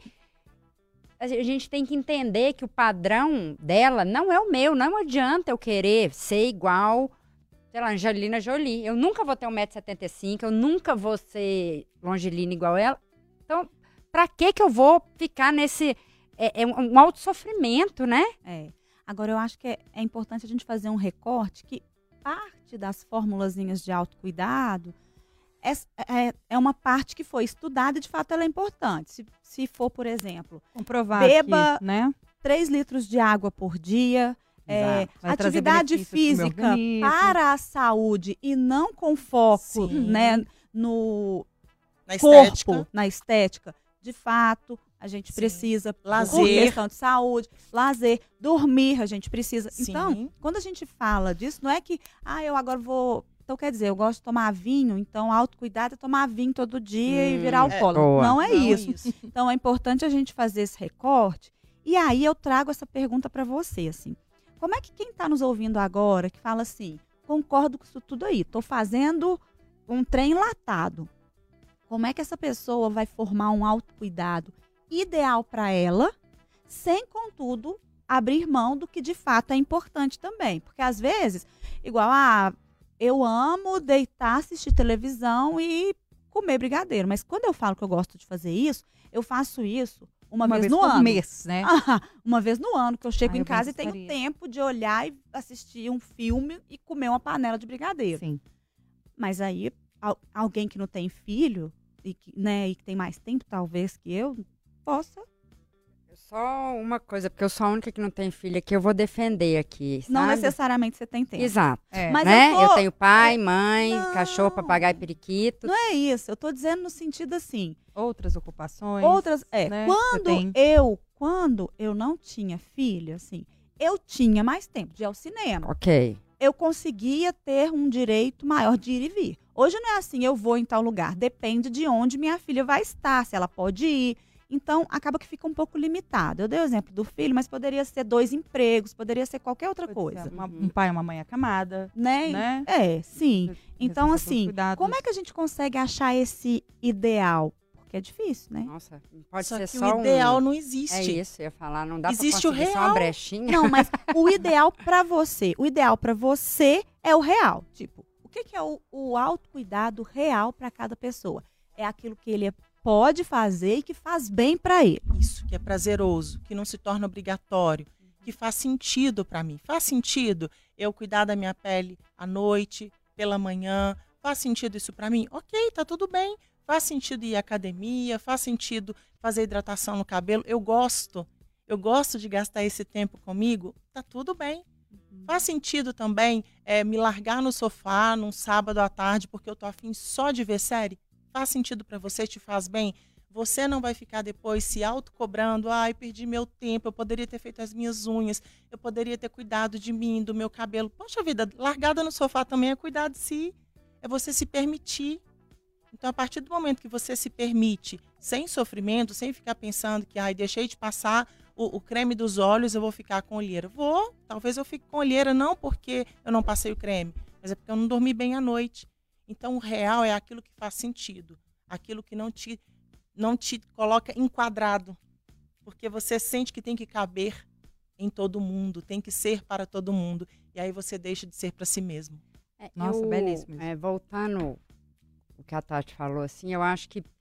A gente tem que entender que o padrão dela não é o meu. Não adianta eu querer ser igual, sei lá, Angelina Jolie. Eu nunca vou ter um metro e setenta e cinco, eu nunca vou ser longilínea igual ela. Então, pra que que eu vou ficar nesse... É, é um, um auto sofrimento, né? É. Agora, eu acho que é, é importante a gente fazer um recorte que parte das formulazinhas de autocuidado é, é, é uma parte que foi estudada e, de fato, ela é importante. Se, se for, por exemplo, Comprovar Beba- aqui, né? três litros de água por dia, é, Exato. Vai trazer atividade benefícios pro meu física organismo. para a saúde e não com foco, Sim. né, no Na corpo, estética. na estética. De fato, a gente Sim. precisa, por Lazer. questão de saúde, lazer, dormir, a gente precisa. Sim. Então, quando a gente fala disso, não é que, ah, eu agora vou... Então, quer dizer, eu gosto de tomar vinho, então autocuidado é tomar vinho todo dia e Hum, virar é, alcoólatra. boa. Não é Não, isso. Então, é importante a gente fazer esse recorte. E aí, eu trago essa pergunta para você, assim. Como é que quem está nos ouvindo agora, que fala assim, concordo com isso tudo aí, estou fazendo um trem enlatado. Como é que essa pessoa vai formar um autocuidado ideal para ela, sem, contudo, abrir mão do que de fato é importante também? Porque, às vezes, igual, ah, eu amo deitar, assistir televisão e comer brigadeiro. Mas quando eu falo que eu gosto de fazer isso, eu faço isso uma, vez, no por ano. mês, né? Ah, uma vez no ano, que eu chego Ai, em eu casa e gostaria. tenho tempo de olhar e assistir um filme e comer uma panela de brigadeiro. Sim. Mas aí, al- alguém que não tem filho, e que, né, e que tem mais tempo, talvez, que eu, possa. Só uma coisa, porque eu sou a única que não tem filha que eu vou defender aqui, sabe? Não necessariamente você tem tempo. Exato. É. Mas né? eu Eu, tô- tenho pai, mãe, Não. cachorro, papagaio, periquito. Não é isso. Eu tô dizendo no sentido assim. Outras ocupações. Outras. É, né, quando você tem. eu, quando eu não tinha filho, assim, eu tinha mais tempo de ir ao cinema. Ok. Eu conseguia ter um direito maior de ir e vir. Hoje não é assim, eu vou em tal lugar. Depende de onde minha filha vai estar, se ela pode ir. Então, acaba que fica um pouco limitado. Eu dei o exemplo do filho, mas poderia ser dois empregos, poderia ser qualquer outra Pode coisa. ser uma- um pai e uma mãe acamada, Né? né? É, sim. Então, Responsável assim, pelos cuidados. como é que a gente consegue achar esse ideal? Porque é difícil, né? Nossa, pode Só ser que só o ideal um... não É existe. isso, eu ia falar, não dá Existe pra o conseguir só uma real. brechinha. Não, mas o ideal pra você, o ideal pra você é o real. Tipo, o que, que é o, o autocuidado real pra cada pessoa? É aquilo que ele pode fazer e que faz bem pra ele. Isso, que é prazeroso, que não se torna obrigatório, que faz sentido para mim. Faz sentido eu cuidar da minha pele à noite, pela manhã? Faz sentido isso para mim? Ok, tá tudo bem. Faz sentido ir à academia, faz sentido fazer hidratação no cabelo. Eu gosto, eu gosto de gastar esse tempo comigo, tá tudo bem. Faz sentido também é, me largar no sofá num sábado à tarde porque eu tô afim só de ver série? Faz sentido para você, te faz bem? Você não vai ficar depois se autocobrando, ai, perdi meu tempo, eu poderia ter feito as minhas unhas, eu poderia ter cuidado de mim, do meu cabelo. Poxa vida, largada no sofá também é cuidar de si, é você se permitir. Então, a partir do momento que você se permite, sem sofrimento, sem ficar pensando que, ai, deixei de passar o, o creme dos olhos, eu vou ficar com olheira. Vou, talvez eu fique com olheira, não porque eu não passei o creme, mas é porque eu não dormi bem à noite. Então, o real é aquilo que faz sentido, aquilo que não te, não te coloca enquadrado, porque você sente que tem que caber em todo mundo, tem que ser para todo mundo, e aí você deixa de ser para si mesmo. É, Nossa, eu, belíssimo isso. é, voltando o que a Tati falou, assim, eu acho que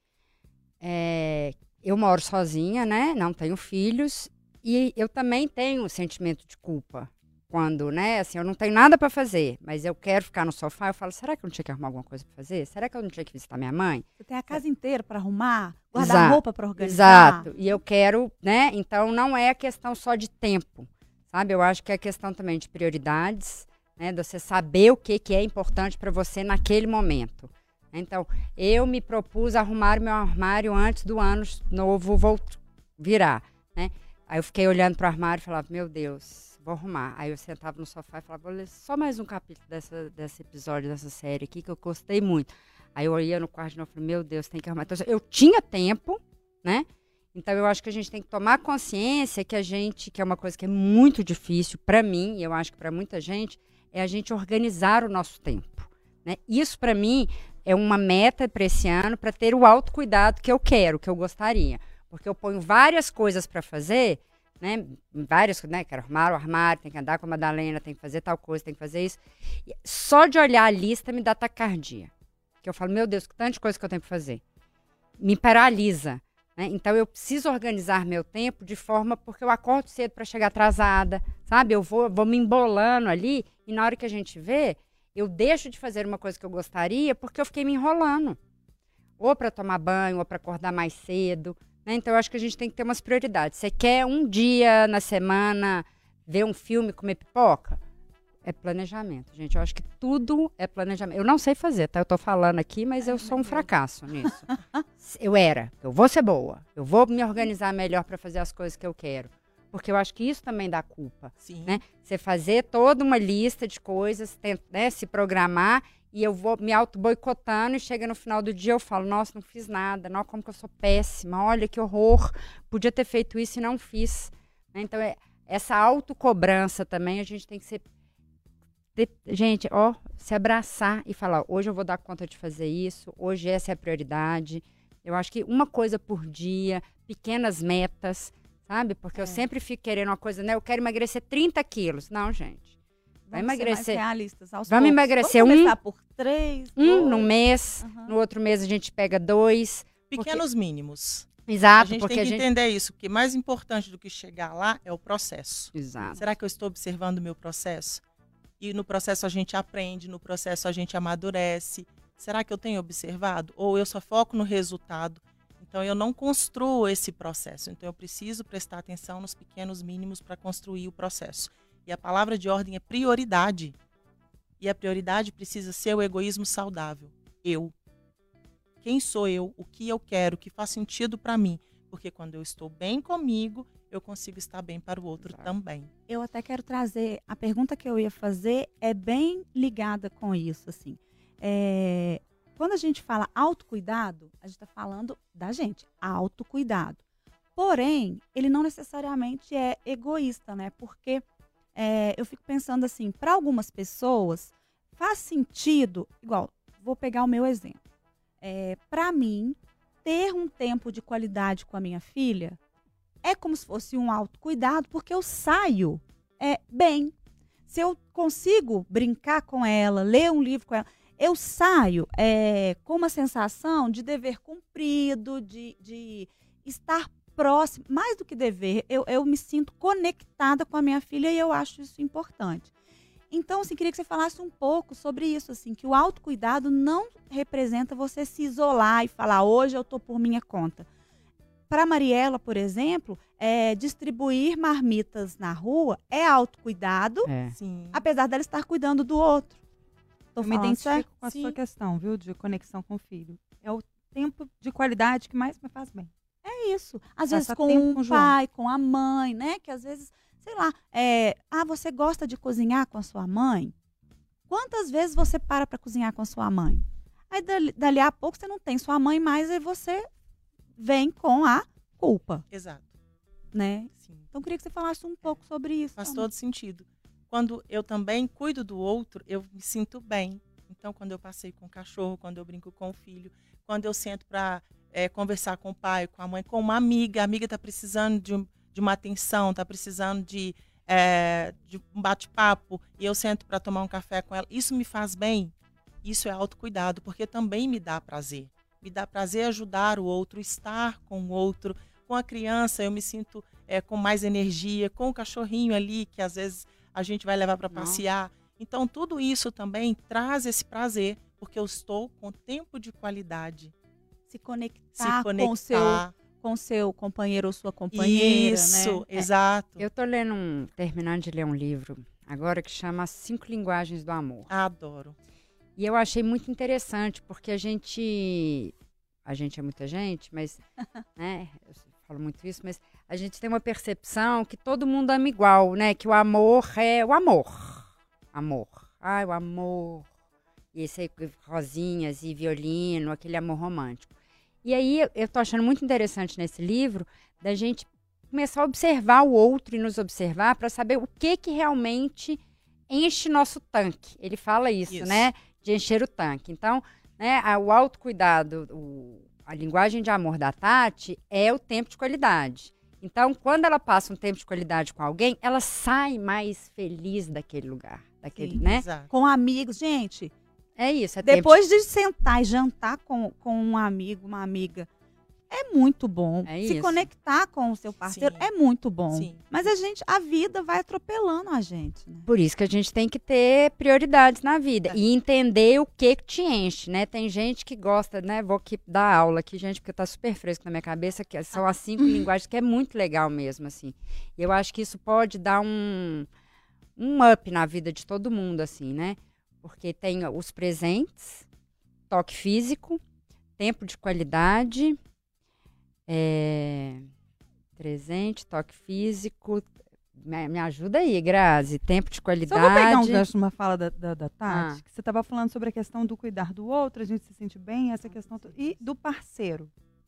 é, eu moro sozinha, né? Não tenho filhos e eu também tenho um sentimento de culpa. Quando, né, assim, eu não tenho nada para fazer, mas eu quero ficar no sofá, eu falo, será que eu não tinha que arrumar alguma coisa para fazer? Será que eu não tinha que visitar minha mãe? Você tem a casa inteira pra arrumar, Exato, guarda-roupa pra organizar. Exato. E eu quero, né? Então não é a questão só de tempo, sabe? Eu acho que é questão também de prioridades, né? De você saber o que, que é importante para você naquele momento. Então, eu me propus arrumar meu armário antes do ano novo voltar, virar, né? Aí eu fiquei olhando pro armário e falava, meu Deus, vou arrumar. Aí eu sentava no sofá e falava, vou ler só mais um capítulo dessa, desse episódio, dessa série aqui, que eu gostei muito. Aí eu ia no quarto de novo e falei, meu Deus, tem que arrumar. Então, eu tinha tempo, né? Então, eu acho que a gente tem que tomar consciência que a gente, que é uma coisa que é muito difícil para mim, e eu acho que para muita gente, é a gente organizar o nosso tempo, né? Isso, para mim, é uma meta para esse ano, para ter o autocuidado que eu quero, que eu gostaria. Porque eu ponho várias coisas para fazer, né? Várias, né? Quero arrumar o armário, tem que andar com a Madalena, tem que fazer tal coisa, tem que fazer isso. E só de olhar a lista me dá taquicardia. Que eu falo, meu Deus, que tanta coisa que eu tenho para fazer. Me paralisa, né? Então eu preciso organizar meu tempo de forma, porque eu acordo cedo para chegar atrasada, sabe? Eu vou, vou me embolando ali e na hora que a gente vê, eu deixo de fazer uma coisa que eu gostaria porque eu fiquei me enrolando. Ou para tomar banho, ou para acordar mais cedo. Né? Então, eu acho que a gente tem que ter umas prioridades. Você quer um dia na semana ver um filme, comer pipoca? É planejamento, gente. Eu acho que tudo é planejamento. Eu não sei fazer, tá? Eu tô falando aqui, mas eu sou um fracasso nisso. Eu era. Eu vou ser boa. Eu vou me organizar melhor para fazer as coisas que eu quero. Porque eu acho que isso também dá culpa. Sim. Né? Você fazer toda uma lista de coisas, tem, né, se programar, e eu vou me auto-boicotando, e chega no final do dia eu falo, nossa, não fiz nada, não, como que eu sou péssima, olha que horror, podia ter feito isso e não fiz. Né? Então, é, essa autocobrança também, a gente tem que ser, ter, gente, ó, se abraçar e falar, hoje eu vou dar conta de fazer isso, hoje essa é a prioridade. Eu acho que uma coisa por dia, pequenas metas, sabe? Porque é. eu sempre fico querendo uma coisa, né? Eu quero emagrecer trinta quilos. Não, gente. Vai Vamos emagrecer. ser mais realistas, aos Vamos poucos. emagrecer Vamos um. começar por três, Um dois. no mês. Uhum. No outro mês a gente pega dois. Pequenos porque... mínimos. Exato. A gente porque tem que a gente... entender isso, porque mais importante do que chegar lá é o processo. Exato. Será que eu estou observando o meu processo? E no processo a gente aprende, no processo a gente amadurece. Será que eu tenho observado? Ou eu só foco no resultado? Então, eu não construo esse processo. Então, eu preciso prestar atenção nos pequenos mínimos para construir o processo. E a palavra de ordem é prioridade. E a prioridade precisa ser o egoísmo saudável. Eu. Quem sou eu? O que eu quero? O que faz sentido para mim? Porque quando eu estou bem comigo, eu consigo estar bem para o outro Exato. também. Eu até quero trazer, a pergunta que eu ia fazer é bem ligada com isso, assim. É... Quando a gente fala autocuidado, a gente está falando da gente, autocuidado. Porém, ele não necessariamente é egoísta, né? Porque é, eu fico pensando assim, para algumas pessoas, faz sentido, igual, vou pegar o meu exemplo. É, para mim, ter um tempo de qualidade com a minha filha é como se fosse um autocuidado, porque eu saio é, bem. Se eu consigo brincar com ela, ler um livro com ela, eu saio é, com uma sensação de dever cumprido, de, de estar próximo, mais do que dever, eu, eu me sinto conectada com a minha filha e eu acho isso importante. Então, assim, queria que você falasse um pouco sobre isso, assim, que o autocuidado não representa você se isolar e falar, hoje eu estou por minha conta. Para a Mariela, por exemplo, é, distribuir marmitas na rua é autocuidado, É. Sim. apesar dela estar cuidando do outro. Tô Eu me falando identifico certo? com a Sim. sua questão, viu, de conexão com o filho. É o tempo de qualidade que mais me faz bem. É isso. Às Passa vezes com tempo o com o João. pai, com a mãe, né? Que às vezes, sei lá, é, ah, você gosta de cozinhar com a sua mãe? Quantas vezes você para para cozinhar com a sua mãe? Aí dali, dali a pouco você não tem sua mãe mais e você vem com a culpa, Exato. né? Sim. Então eu queria que você falasse um pouco sobre isso. Faz também. todo sentido. Quando eu também cuido do outro, eu me sinto bem. Então, quando eu passeio com o cachorro, quando eu brinco com o filho, quando eu sento para é, conversar com o pai, com a mãe, com uma amiga, a amiga está precisando de, um, de uma atenção, está precisando de, é, de um bate-papo, e eu sento para tomar um café com ela, isso me faz bem. Isso é autocuidado, porque também me dá prazer. Me dá prazer ajudar o outro, estar com o outro. Com a criança, eu me sinto é, com mais energia, com o cachorrinho ali, que às vezes a gente vai levar para passear. Então, tudo isso também traz esse prazer, porque eu estou com tempo de qualidade. Se conectar, Se conectar com o seu com seu companheiro ou sua companheira, Isso, né? exato. Eu tô lendo um, terminando de ler um livro agora que chama As Cinco Linguagens do Amor. Adoro. E eu achei muito interessante, porque a gente, a gente é muita gente, mas, né, eu falo muito isso, mas a gente tem uma percepção que todo mundo ama igual, né, que o amor é o amor. Amor. Ai, o amor. E esse aí, rosinhas e violino, aquele amor romântico. E aí, eu tô achando muito interessante nesse livro, da gente começar a observar o outro e nos observar para saber o que que realmente enche nosso tanque. Ele fala isso, Isso. né? De encher o tanque. Então, né, a- o autocuidado, o, a linguagem de amor da Tati é o tempo de qualidade. Então, quando ela passa um tempo de qualidade com alguém, ela sai mais feliz daquele lugar, daquele, Sim. né? Exato. Com amigos. Gente, É isso. É tempo depois de sentar e jantar com, com um amigo, uma amiga, é muito bom. É Se isso. conectar com o seu parceiro Sim. é muito bom. Sim. Mas a gente, a vida vai atropelando a gente, né? Por isso que a gente tem que ter prioridades na vida É. e entender o que que te enche, né? Tem gente que gosta, né? Vou aqui dar aula aqui, gente, porque tá super fresco na minha cabeça, que são as cinco linguagens, que é muito legal mesmo, assim. E eu acho que isso pode dar um, um up na vida de todo mundo, assim, né? Porque tem os presentes, toque físico, tempo de qualidade, é, presente, toque físico. Me, me ajuda aí, Grazi. Tempo de Só qualidade. vou pegar um gancho numa fala da, da, da Tati, Ah. que você estava falando sobre a questão do cuidar do outro, a gente se sente bem, essa questão to- e do parceiro,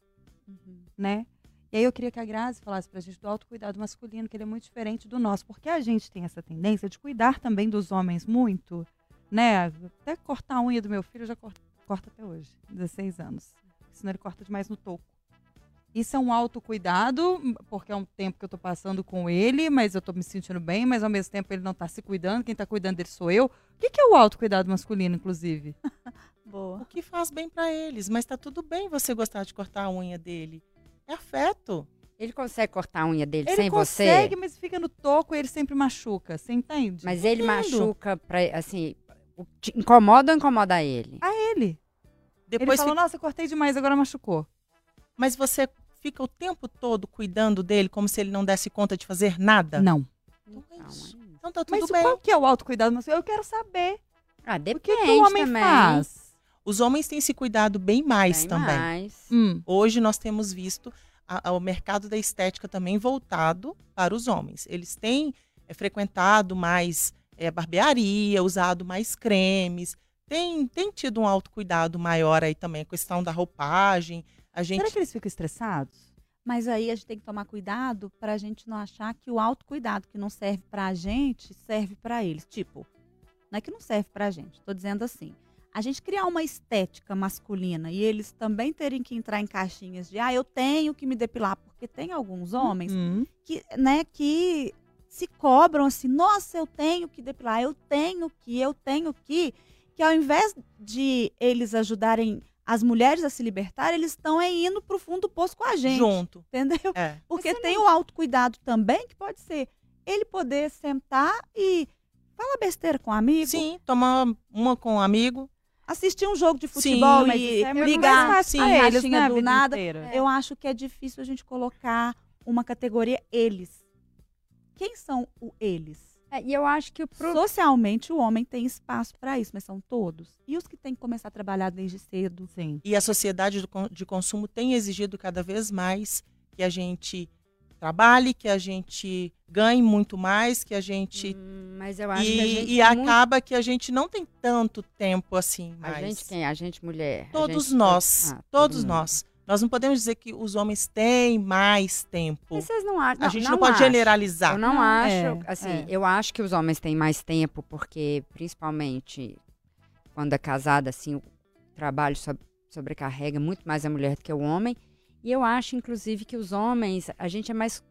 né? E aí eu queria que a Grazi falasse pra gente do autocuidado masculino, que ele é muito diferente do nosso, porque a gente tem essa tendência de cuidar também dos homens muito, né? Até cortar a unha do meu filho, eu já corto, corto até hoje, dezesseis anos. Senão ele corta demais no toco. Isso é um autocuidado, porque é um tempo que eu tô passando com ele, mas eu tô me sentindo bem, mas ao mesmo tempo ele não tá se cuidando, quem tá cuidando dele sou eu. O que, que é o autocuidado masculino, inclusive? Boa. O que faz bem pra eles, mas tá tudo bem você gostar de cortar a unha dele. É afeto. Ele consegue cortar a unha dele Ele sem consegue, você? mas fica no toco e ele sempre machuca, você entende? Mas ele Entendo. machuca, pra, assim, o- te incomoda ou incomoda ele? A ele. Depois ele falou, fica- nossa, cortei demais, agora machucou. Mas você fica o tempo todo cuidando dele como se ele não desse conta de fazer nada? Não. Então é Não, isso. é- Então tá tudo Mas bem. qual que é o autocuidado masculino? Eu quero saber. Ah, O depende que, que o homem também. faz? Os homens têm se cuidado bem mais Tem também. mais. Hum. Hoje nós temos visto a- a- o mercado da estética também voltado para os homens. Eles têm é, frequentado mais é, barbearia, usado mais cremes, tem, tem tido um autocuidado maior aí também, a questão da roupagem. A gente Será que eles ficam estressados? Mas aí a gente tem que tomar cuidado para a gente não achar que o autocuidado que não serve para a gente serve para eles. Tipo, não é que não serve para a gente, estou dizendo assim. A gente criar uma estética masculina e eles também terem que entrar em caixinhas de, ah, eu tenho que me depilar, porque tem alguns homens Hum. que, né, que se cobram assim, nossa, eu tenho que depilar, eu tenho que, eu tenho que, que ao invés de eles ajudarem as mulheres a se libertar, eles estão é indo pro fundo do poço com a gente, junto. entendeu? É. Porque tem o autocuidado também, que pode ser ele poder sentar e falar besteira com um amigo, Sim, tomar uma com um amigo. assistir um jogo de Sim, futebol Mas e isso é muito ligar mais fácil a pra eles, caixinha né, a do vida nada. inteira. Eu acho que é difícil a gente colocar uma categoria eles. Quem são o eles? É, e eu acho que o pro... Socialmente, o homem tem espaço para isso, mas são todos. E os que têm que começar a trabalhar desde cedo? Sim. E a sociedade do con- de consumo tem exigido cada vez mais que a gente trabalhe, que a gente ganhe muito mais, que a gente... Hum, mas eu acho E, que a gente e tem muito- acaba que a gente não tem tanto tempo assim A mais. gente quem? A gente mulher. A Todos gente- nós, Ah, todo todos mundo. nós. Nós não podemos dizer que os homens têm mais tempo. Mas vocês não acham? a gente não, pode acho. generalizar. Eu não Não, acho, é, assim, é. eu acho que os homens têm mais tempo, porque, principalmente, quando é casada, assim, o trabalho sob- sobrecarrega muito mais a mulher do que o homem. E eu acho, inclusive, que os homens, a gente é mais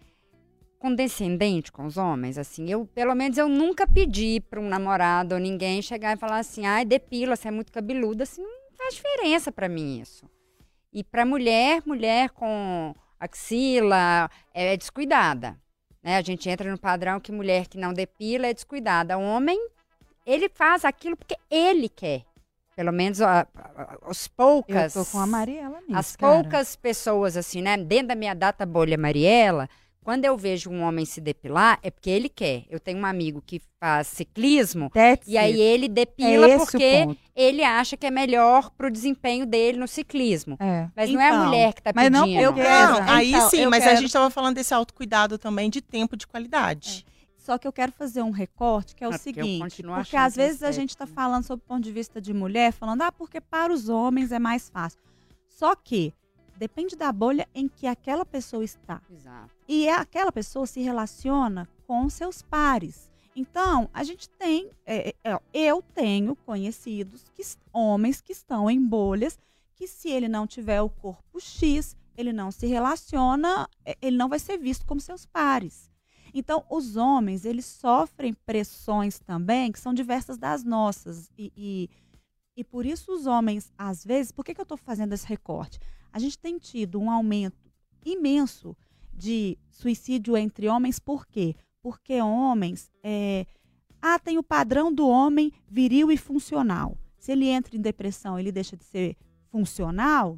condescendente com os homens, assim. Eu, pelo menos, eu nunca pedi para um namorado ou ninguém chegar e falar assim, ai, depila, você é muito cabeluda, assim, não faz diferença para mim isso. E para mulher, mulher com axila é descuidada, né? A gente entra no padrão que mulher que não depila é descuidada. O homem, ele faz aquilo porque ele quer. pelo menos a, a, as poucas... Eu tô com a Mariela nisso, As cara. poucas pessoas, assim, né? Dentro da minha data bolha Mariela, quando eu vejo um homem se depilar, é porque ele quer. Eu tenho um amigo que faz ciclismo, That's e aí it. ele É depila esse o porque ponto. ele acha que é melhor pro desempenho dele no ciclismo. É. Mas não é a Então, mulher que tá mas não pedindo. eu porque- quero- Não, aí então, sim, eu mas a quero- gente estava falando desse autocuidado também de tempo de qualidade. Só que eu quero fazer um recorte, que é o Ah, porque eu seguinte, continuo porque achando às vezes a isso gente está ético. falando sob o ponto de vista de mulher, falando, ah, porque para os homens é mais fácil. Só que depende da bolha em que aquela pessoa está. Exato. E aquela pessoa se relaciona com seus pares. Então, a gente tem, é, é, eu tenho conhecidos, que, homens que estão em bolhas, que se ele não tiver o corpo X, ele não se relaciona, é, ele não vai ser visto como seus pares. Então, os homens, eles sofrem pressões também, que são diversas das nossas. E, e, e por isso os homens, às vezes, por que, que eu estou fazendo esse recorte? A gente tem tido um aumento imenso de suicídio entre homens, por quê? Porque homens, é, ah, tem o padrão do homem viril e funcional. Se ele entra em depressão, ele deixa de ser funcional,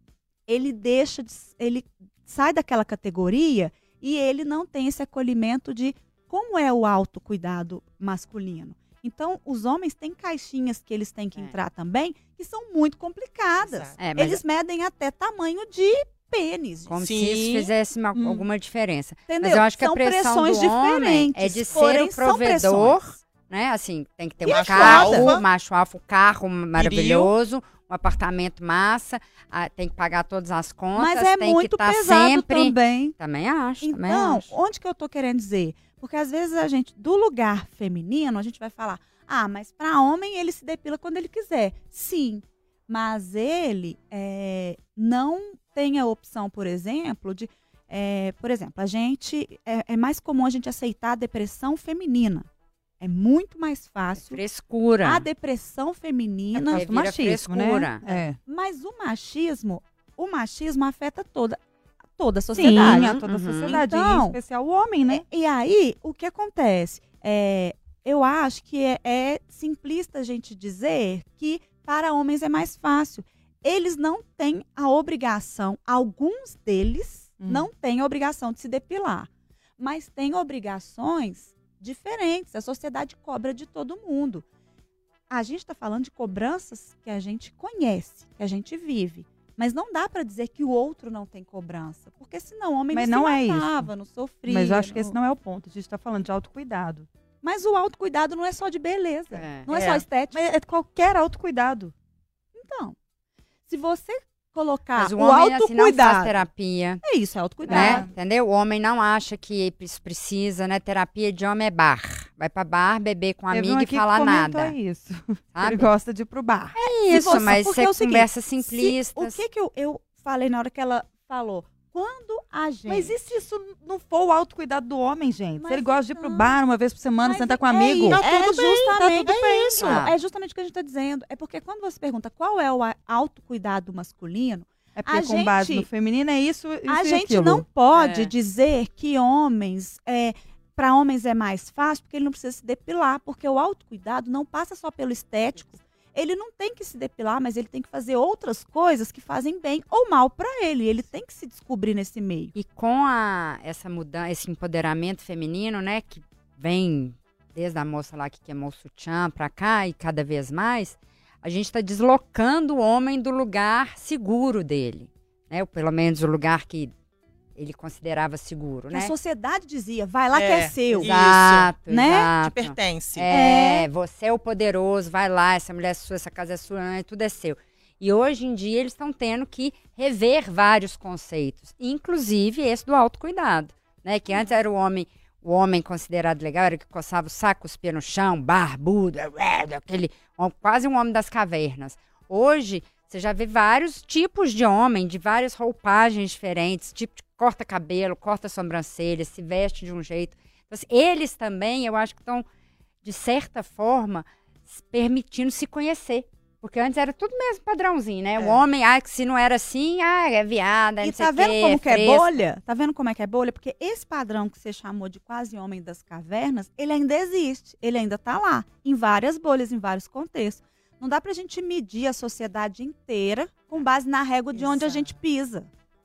ele deixa de, ele sai daquela categoria e ele não tem esse acolhimento de como é o autocuidado masculino. Então, os homens têm caixinhas que eles têm que É. entrar também, que são muito complicadas. Exato. É, mas Eles medem até tamanho de pênis. como Sim. se isso fizesse uma- Hum. alguma diferença. Entendeu? Mas eu acho que a São pressão pressões do homem diferentes, é de ser porém o são provedor, pressões. né? Assim, tem que ter E uma macho casa, alfa. um macho alfa, um carro maravilhoso, um apartamento massa, ah, tem que pagar todas as contas, Mas é tem muito que estar pesado sempre... também. Também acho, também Então, acho. onde que eu tô querendo dizer? Porque às vezes a gente, do lugar feminino, a gente vai falar, ah, mas para homem ele se depila quando ele quiser. Sim, mas ele é, não tem a opção, por exemplo, de... é, por exemplo, a gente... É, é mais comum a gente aceitar a depressão feminina. É muito mais fácil Frescura. a depressão feminina... porque do vira machismo, frescura. né? É. Mas o machismo, o machismo afeta toda, toda a Sim, sociedade. a toda a Uhum. sociedade, Então, em especial o homem, né? E, e aí, o que acontece? É, eu acho que é, é simplista a gente dizer que para homens é mais fácil. Eles não têm a obrigação, alguns deles Hum. não têm a obrigação de se depilar, mas têm obrigações diferentes. A sociedade cobra de todo mundo. A gente está falando de cobranças que a gente conhece, que a gente vive. Mas não dá para dizer que o outro não tem cobrança. Porque senão o homem Mas não, não se é isso. matava, não sofria. Mas eu acho que não- esse não é o ponto. A gente tá falando de autocuidado. Mas o autocuidado não é só de beleza. É. Não é, É. só estética. Mas é qualquer autocuidado. Então, se você colocar Mas o o homem assim, não faz autocuidado... terapia, É isso, é né? autocuidado. Entendeu? O homem não acha que isso precisa, né? Terapia de homem é bar. Vai pra bar, beber com Teve um amigo e aqui que falar comentou nada. isso. Sabe? Ele gosta de ir pro bar. É Se isso, você- mas porque você é o seguinte, conversa Se- simplistas. o que que eu, eu falei na hora que ela falou? Quando a gente... Mas e se isso não for o autocuidado do homem, gente? Mas se ele gosta de ir pro então- bar uma vez por semana, Mas sentar com é amigo. isso, Tá tudo é bem, tá justamente tudo bem. isso. Ah. É justamente o que a gente está dizendo. É porque quando você pergunta qual é o a- autocuidado masculino, É porque a com base gente- no feminino é isso, isso a e gente aquilo. não pode É. dizer que homens, é, para homens é mais fácil, porque ele não precisa se depilar, porque o autocuidado não passa só pelo estético. Ele não tem que se depilar, mas ele tem que fazer outras coisas que fazem bem ou mal para ele. Ele tem que se descobrir nesse meio. E com a, essa mudança, esse empoderamento feminino, né, que vem desde a moça lá que queimou o sutiã pra cá e cada vez mais, a gente está deslocando o homem do lugar seguro dele, né? Ou pelo menos o lugar que ele considerava seguro, Que né? a sociedade dizia, vai lá que É, é seu. isso. Exato, né? Te exato. pertence. É, você é o poderoso, vai lá, essa mulher é sua, essa casa é sua, né, tudo é seu. E hoje em dia eles estão tendo que rever vários conceitos, inclusive esse do autocuidado, né? Que antes era o homem, o homem considerado legal, era o que coçava o saco, cuspia no chão, barbudo, aquele, quase um homem das cavernas. Hoje você já vê vários tipos de homem, de várias roupagens diferentes, tipo de corta cabelo, corta sobrancelha, se veste de um jeito. Então, assim, eles também, eu acho que estão, de certa forma, s- permitindo se conhecer. Porque antes era tudo mesmo padrãozinho, né? O É. homem, ah, que se não era assim, ah, é viada, E não sei tá o vendo quê, como que é fresca. bolha? Tá vendo como é que é bolha? Porque esse padrão que você chamou de quase homem das cavernas, ele ainda existe. Ele ainda tá lá, em várias bolhas, em vários contextos. Não dá pra gente medir a sociedade inteira com base na régua de onde a gente pisa.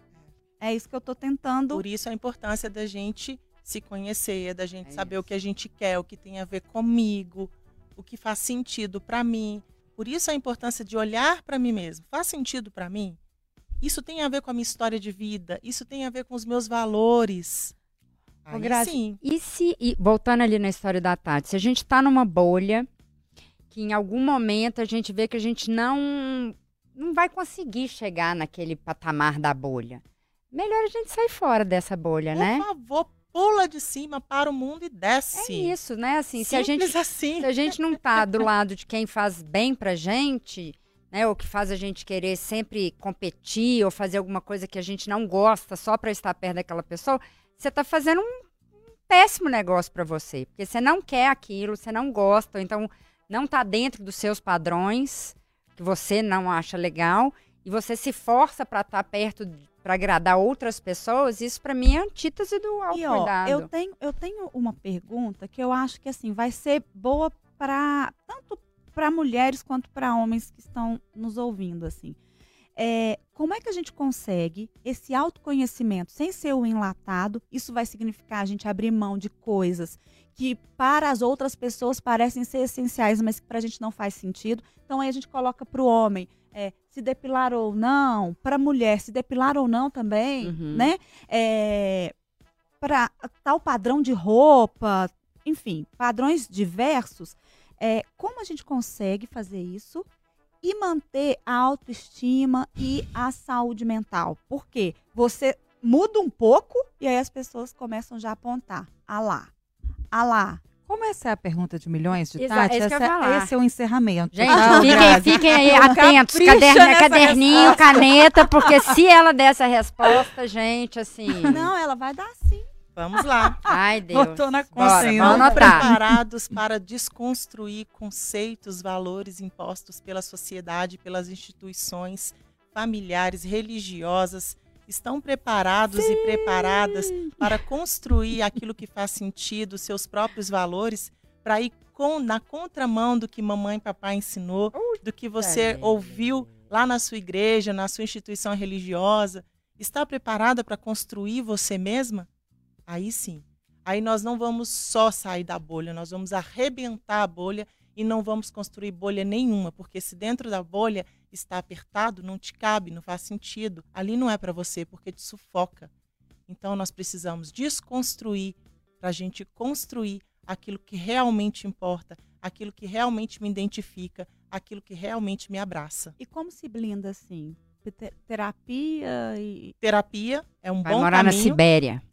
É isso que eu tô tentando. Por isso a importância da gente se conhecer, da gente É saber isso. o que a gente quer, o que tem a ver comigo, o que faz sentido para mim. Por isso a importância de olhar para mim mesmo. Faz sentido para mim? Isso tem a ver com a minha história de vida, isso tem a ver com os meus valores. Ô, Aí Grazi, sim. E se, e voltando ali na história da Tati, se a gente tá numa bolha, que em algum momento a gente vê que a gente não, não vai conseguir chegar naquele patamar da bolha. Melhor a gente sair fora dessa bolha, Por né? favor, pula de cima para o mundo e desce. É isso, né? Assim, se a, Simples gente, assim. se a gente não tá do lado de quem faz bem pra gente, né? Ou que faz a gente querer sempre competir ou fazer alguma coisa que a gente não gosta só pra estar perto daquela pessoa, você tá fazendo um péssimo negócio pra você. Porque você não quer aquilo, você não gosta, ou então não tá dentro dos seus padrões, que você não acha legal, e você se força pra estar perto, pra agradar outras pessoas, isso pra mim é antítese do E ó, autocuidado. eu tenho, eu tenho uma pergunta que eu acho que assim vai ser boa para tanto para mulheres quanto para homens que estão nos ouvindo assim. É, como é que a gente consegue esse autoconhecimento sem ser o enlatado? Isso vai significar a gente abrir mão de coisas que para as outras pessoas parecem ser essenciais, mas que para a gente não faz sentido. Então aí a gente coloca para o homem é, se depilar ou não, para a mulher se depilar ou não também, Uhum. né? É, para tal padrão de roupa, enfim, padrões diversos. É, como a gente consegue fazer isso e manter a autoestima e a saúde mental? Porque você muda um pouco e aí as pessoas começam já a apontar. Ah lá, ah lá. Como essa é a pergunta de milhões de Exa- Tati, é isso que eu essa- ia falar. esse é o encerramento. Gente, tá, fiquem, Grazi? fiquem aí Eu atentos, capricho caderno, nessa caderninho, resposta. caneta, porque se ela der essa resposta, gente, assim... Não, ela vai dar sim. Vamos lá. Ai, Deus. Botou na Bora, consciência. vamos Estão anotar. preparados para desconstruir conceitos, valores impostos pela sociedade, pelas instituições familiares, religiosas. Estão preparados e preparadas para construir aquilo que faz sentido, seus próprios valores, para ir com, na contramão do que mamãe e papai ensinou, do que você vida. ouviu lá na sua igreja, na sua instituição religiosa. Está preparada para construir você mesma? Aí sim. Aí nós não vamos só sair da bolha, nós vamos arrebentar a bolha e não vamos construir bolha nenhuma, porque se dentro da bolha está apertado, não te cabe, não faz sentido. Ali não é para você, porque te sufoca. Então nós precisamos desconstruir para a gente construir aquilo que realmente importa, aquilo que realmente me identifica, aquilo que realmente me abraça. E como se blinda assim? Te- Terapia e Terapia é um Vai bom morar na caminho. Sibéria.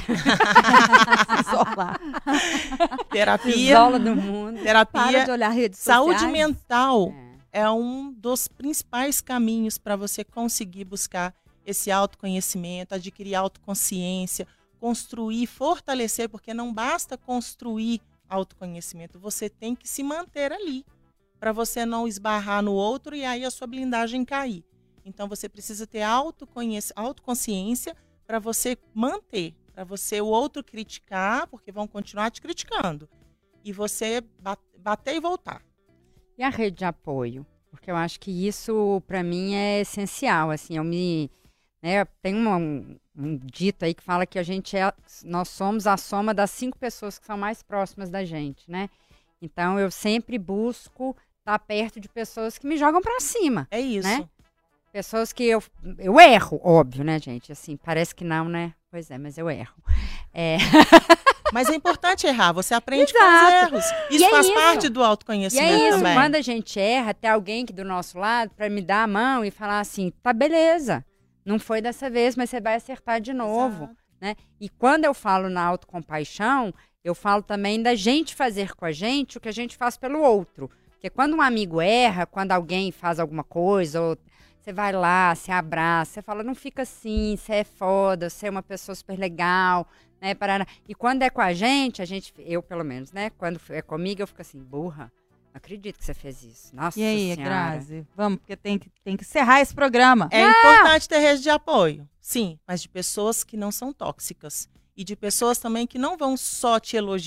isolar. Terapia, Isola do mundo. Para terapia, de olhar redes saúde sociais. mental. É. É um dos principais caminhos para você conseguir buscar esse autoconhecimento, adquirir autoconsciência, construir, fortalecer, porque não basta construir autoconhecimento, você tem que se manter ali, para você não esbarrar no outro e aí a sua blindagem cair. Então você precisa ter autoconhec- autoconsciência para você manter, para você o outro criticar, porque vão continuar te criticando, e você ba- bater e voltar. E a rede de apoio? Porque eu acho que isso, para mim, é essencial. Assim, eu me... Né, tem uma- um, um dito aí que fala que a gente é... Nós somos a soma das cinco pessoas que são mais próximas da gente, né? Então, eu sempre busco estar perto de pessoas que me jogam para cima. É isso. Né? Pessoas que eu... Eu erro, óbvio, né, gente? Assim, parece que não, né? Pois é, mas eu erro. É... Mas é importante errar, você aprende Exato. com os erros. Isso E é faz isso. parte do E autoconhecimento é isso, também. quando a gente erra, tem alguém que do nosso lado para me dar a mão e falar assim, tá, beleza, não foi dessa vez, mas você vai acertar de novo, Exato. né? E quando eu falo na autocompaixão, eu falo também da gente fazer com a gente o que a gente faz pelo outro. Porque quando um amigo erra, quando alguém faz alguma coisa, ou você vai lá, se abraça, você fala, não fica assim, você é foda, você é uma pessoa super legal, né, parará. E quando é com a gente, a gente, eu pelo menos, né, quando é comigo, eu fico assim, burra, não acredito que você fez isso. Nossa E aí, Senhora. Grazi? Vamos, porque tem que, tem que encerrar esse programa. É importante ter rede de apoio, sim, mas de pessoas que não são tóxicas. E de pessoas também que não vão só te elogiar,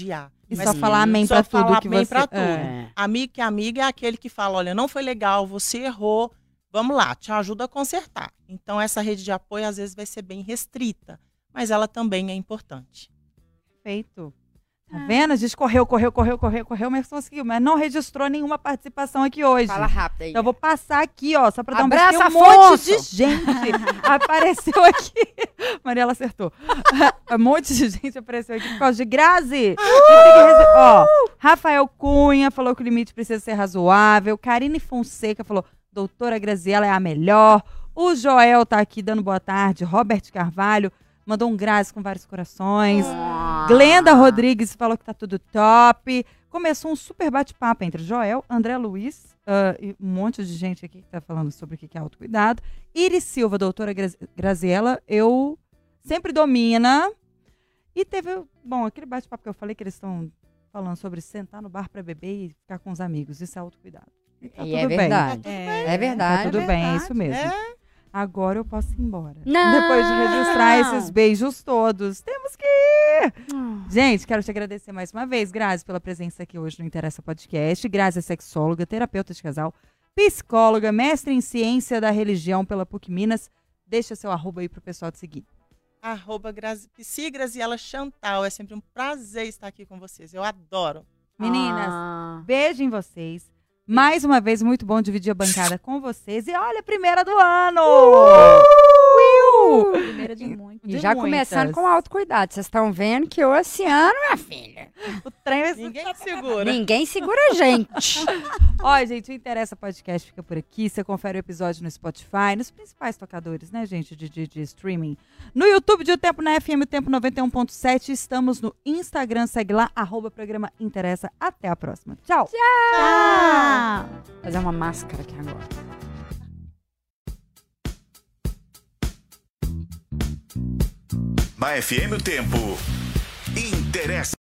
E Mas só falar amém só pra tudo falar que amém você... pra tudo. É. Amigo que amiga é aquele que fala, olha, não foi legal, você errou, vamos lá, te ajuda a consertar. Então, essa rede de apoio, às vezes, vai ser bem restrita, mas ela também é importante. Perfeito. Tá vendo? A gente correu, correu, correu, correu, correu, mas conseguiu. Mas não registrou nenhuma participação aqui hoje. Fala rápido aí. Então eu vou passar aqui, ó, só pra dar um Abraça, beijo. Tem um Afonso! monte de gente apareceu aqui. Mariela acertou. Um monte de gente apareceu aqui por causa de Grazi. Ó, Rafael Cunha falou que o limite precisa ser razoável. Karine Fonseca falou, doutora Graziela é a melhor. O Joel tá aqui dando boa tarde. Robert Carvalho mandou um Grazi com vários corações. Ah. Glenda Rodrigues falou que tá tudo top. Começou um super bate-papo entre Joel, André Luiz uh, e um monte de gente aqui que tá falando sobre o que é autocuidado. Iris Silva, doutora Gra- Graziela, eu sempre domina. E teve, bom, aquele bate-papo que eu falei que eles estão falando sobre sentar no bar pra beber e ficar com os amigos. Isso é autocuidado. E tá E tudo é bem. verdade. É, É Tá verdade. tudo É bem, é verdade, isso mesmo. é. Agora eu posso ir embora. Não! Depois de registrar esses beijos todos. Temos que ir! Gente, quero te agradecer mais uma vez, Grazi, pela presença aqui hoje no Interessa Podcast. Grazi é sexóloga, terapeuta de casal, psicóloga, mestre em ciência da religião pela P U C Minas. Deixa seu arroba aí pro pessoal te seguir. Arroba Grazi, Psi Graziela Chantal. É sempre um prazer estar aqui com vocês. Eu adoro. Meninas, Ah. beijo em vocês. Mais uma vez, muito bom dividir a bancada com vocês. E olha, primeira do ano! Will! Primeira de muito. E de já muitas. começando com autocuidado. Vocês estão vendo que eu esse ano, minha filha, O trem vai ser... Ninguém te segura. ninguém segura a gente. Ó, gente, o Interessa Podcast fica por aqui. Você confere o episódio no Spotify, nos principais tocadores, né, gente, de, de, de streaming. No YouTube de O Tempo, na F M O Tempo noventa e um ponto sete. Estamos no Instagram, segue lá, arroba programa Interessa. Até a próxima. Tchau! Ah! Vou fazer uma máscara aqui agora. Na F M O Tempo. Interessa.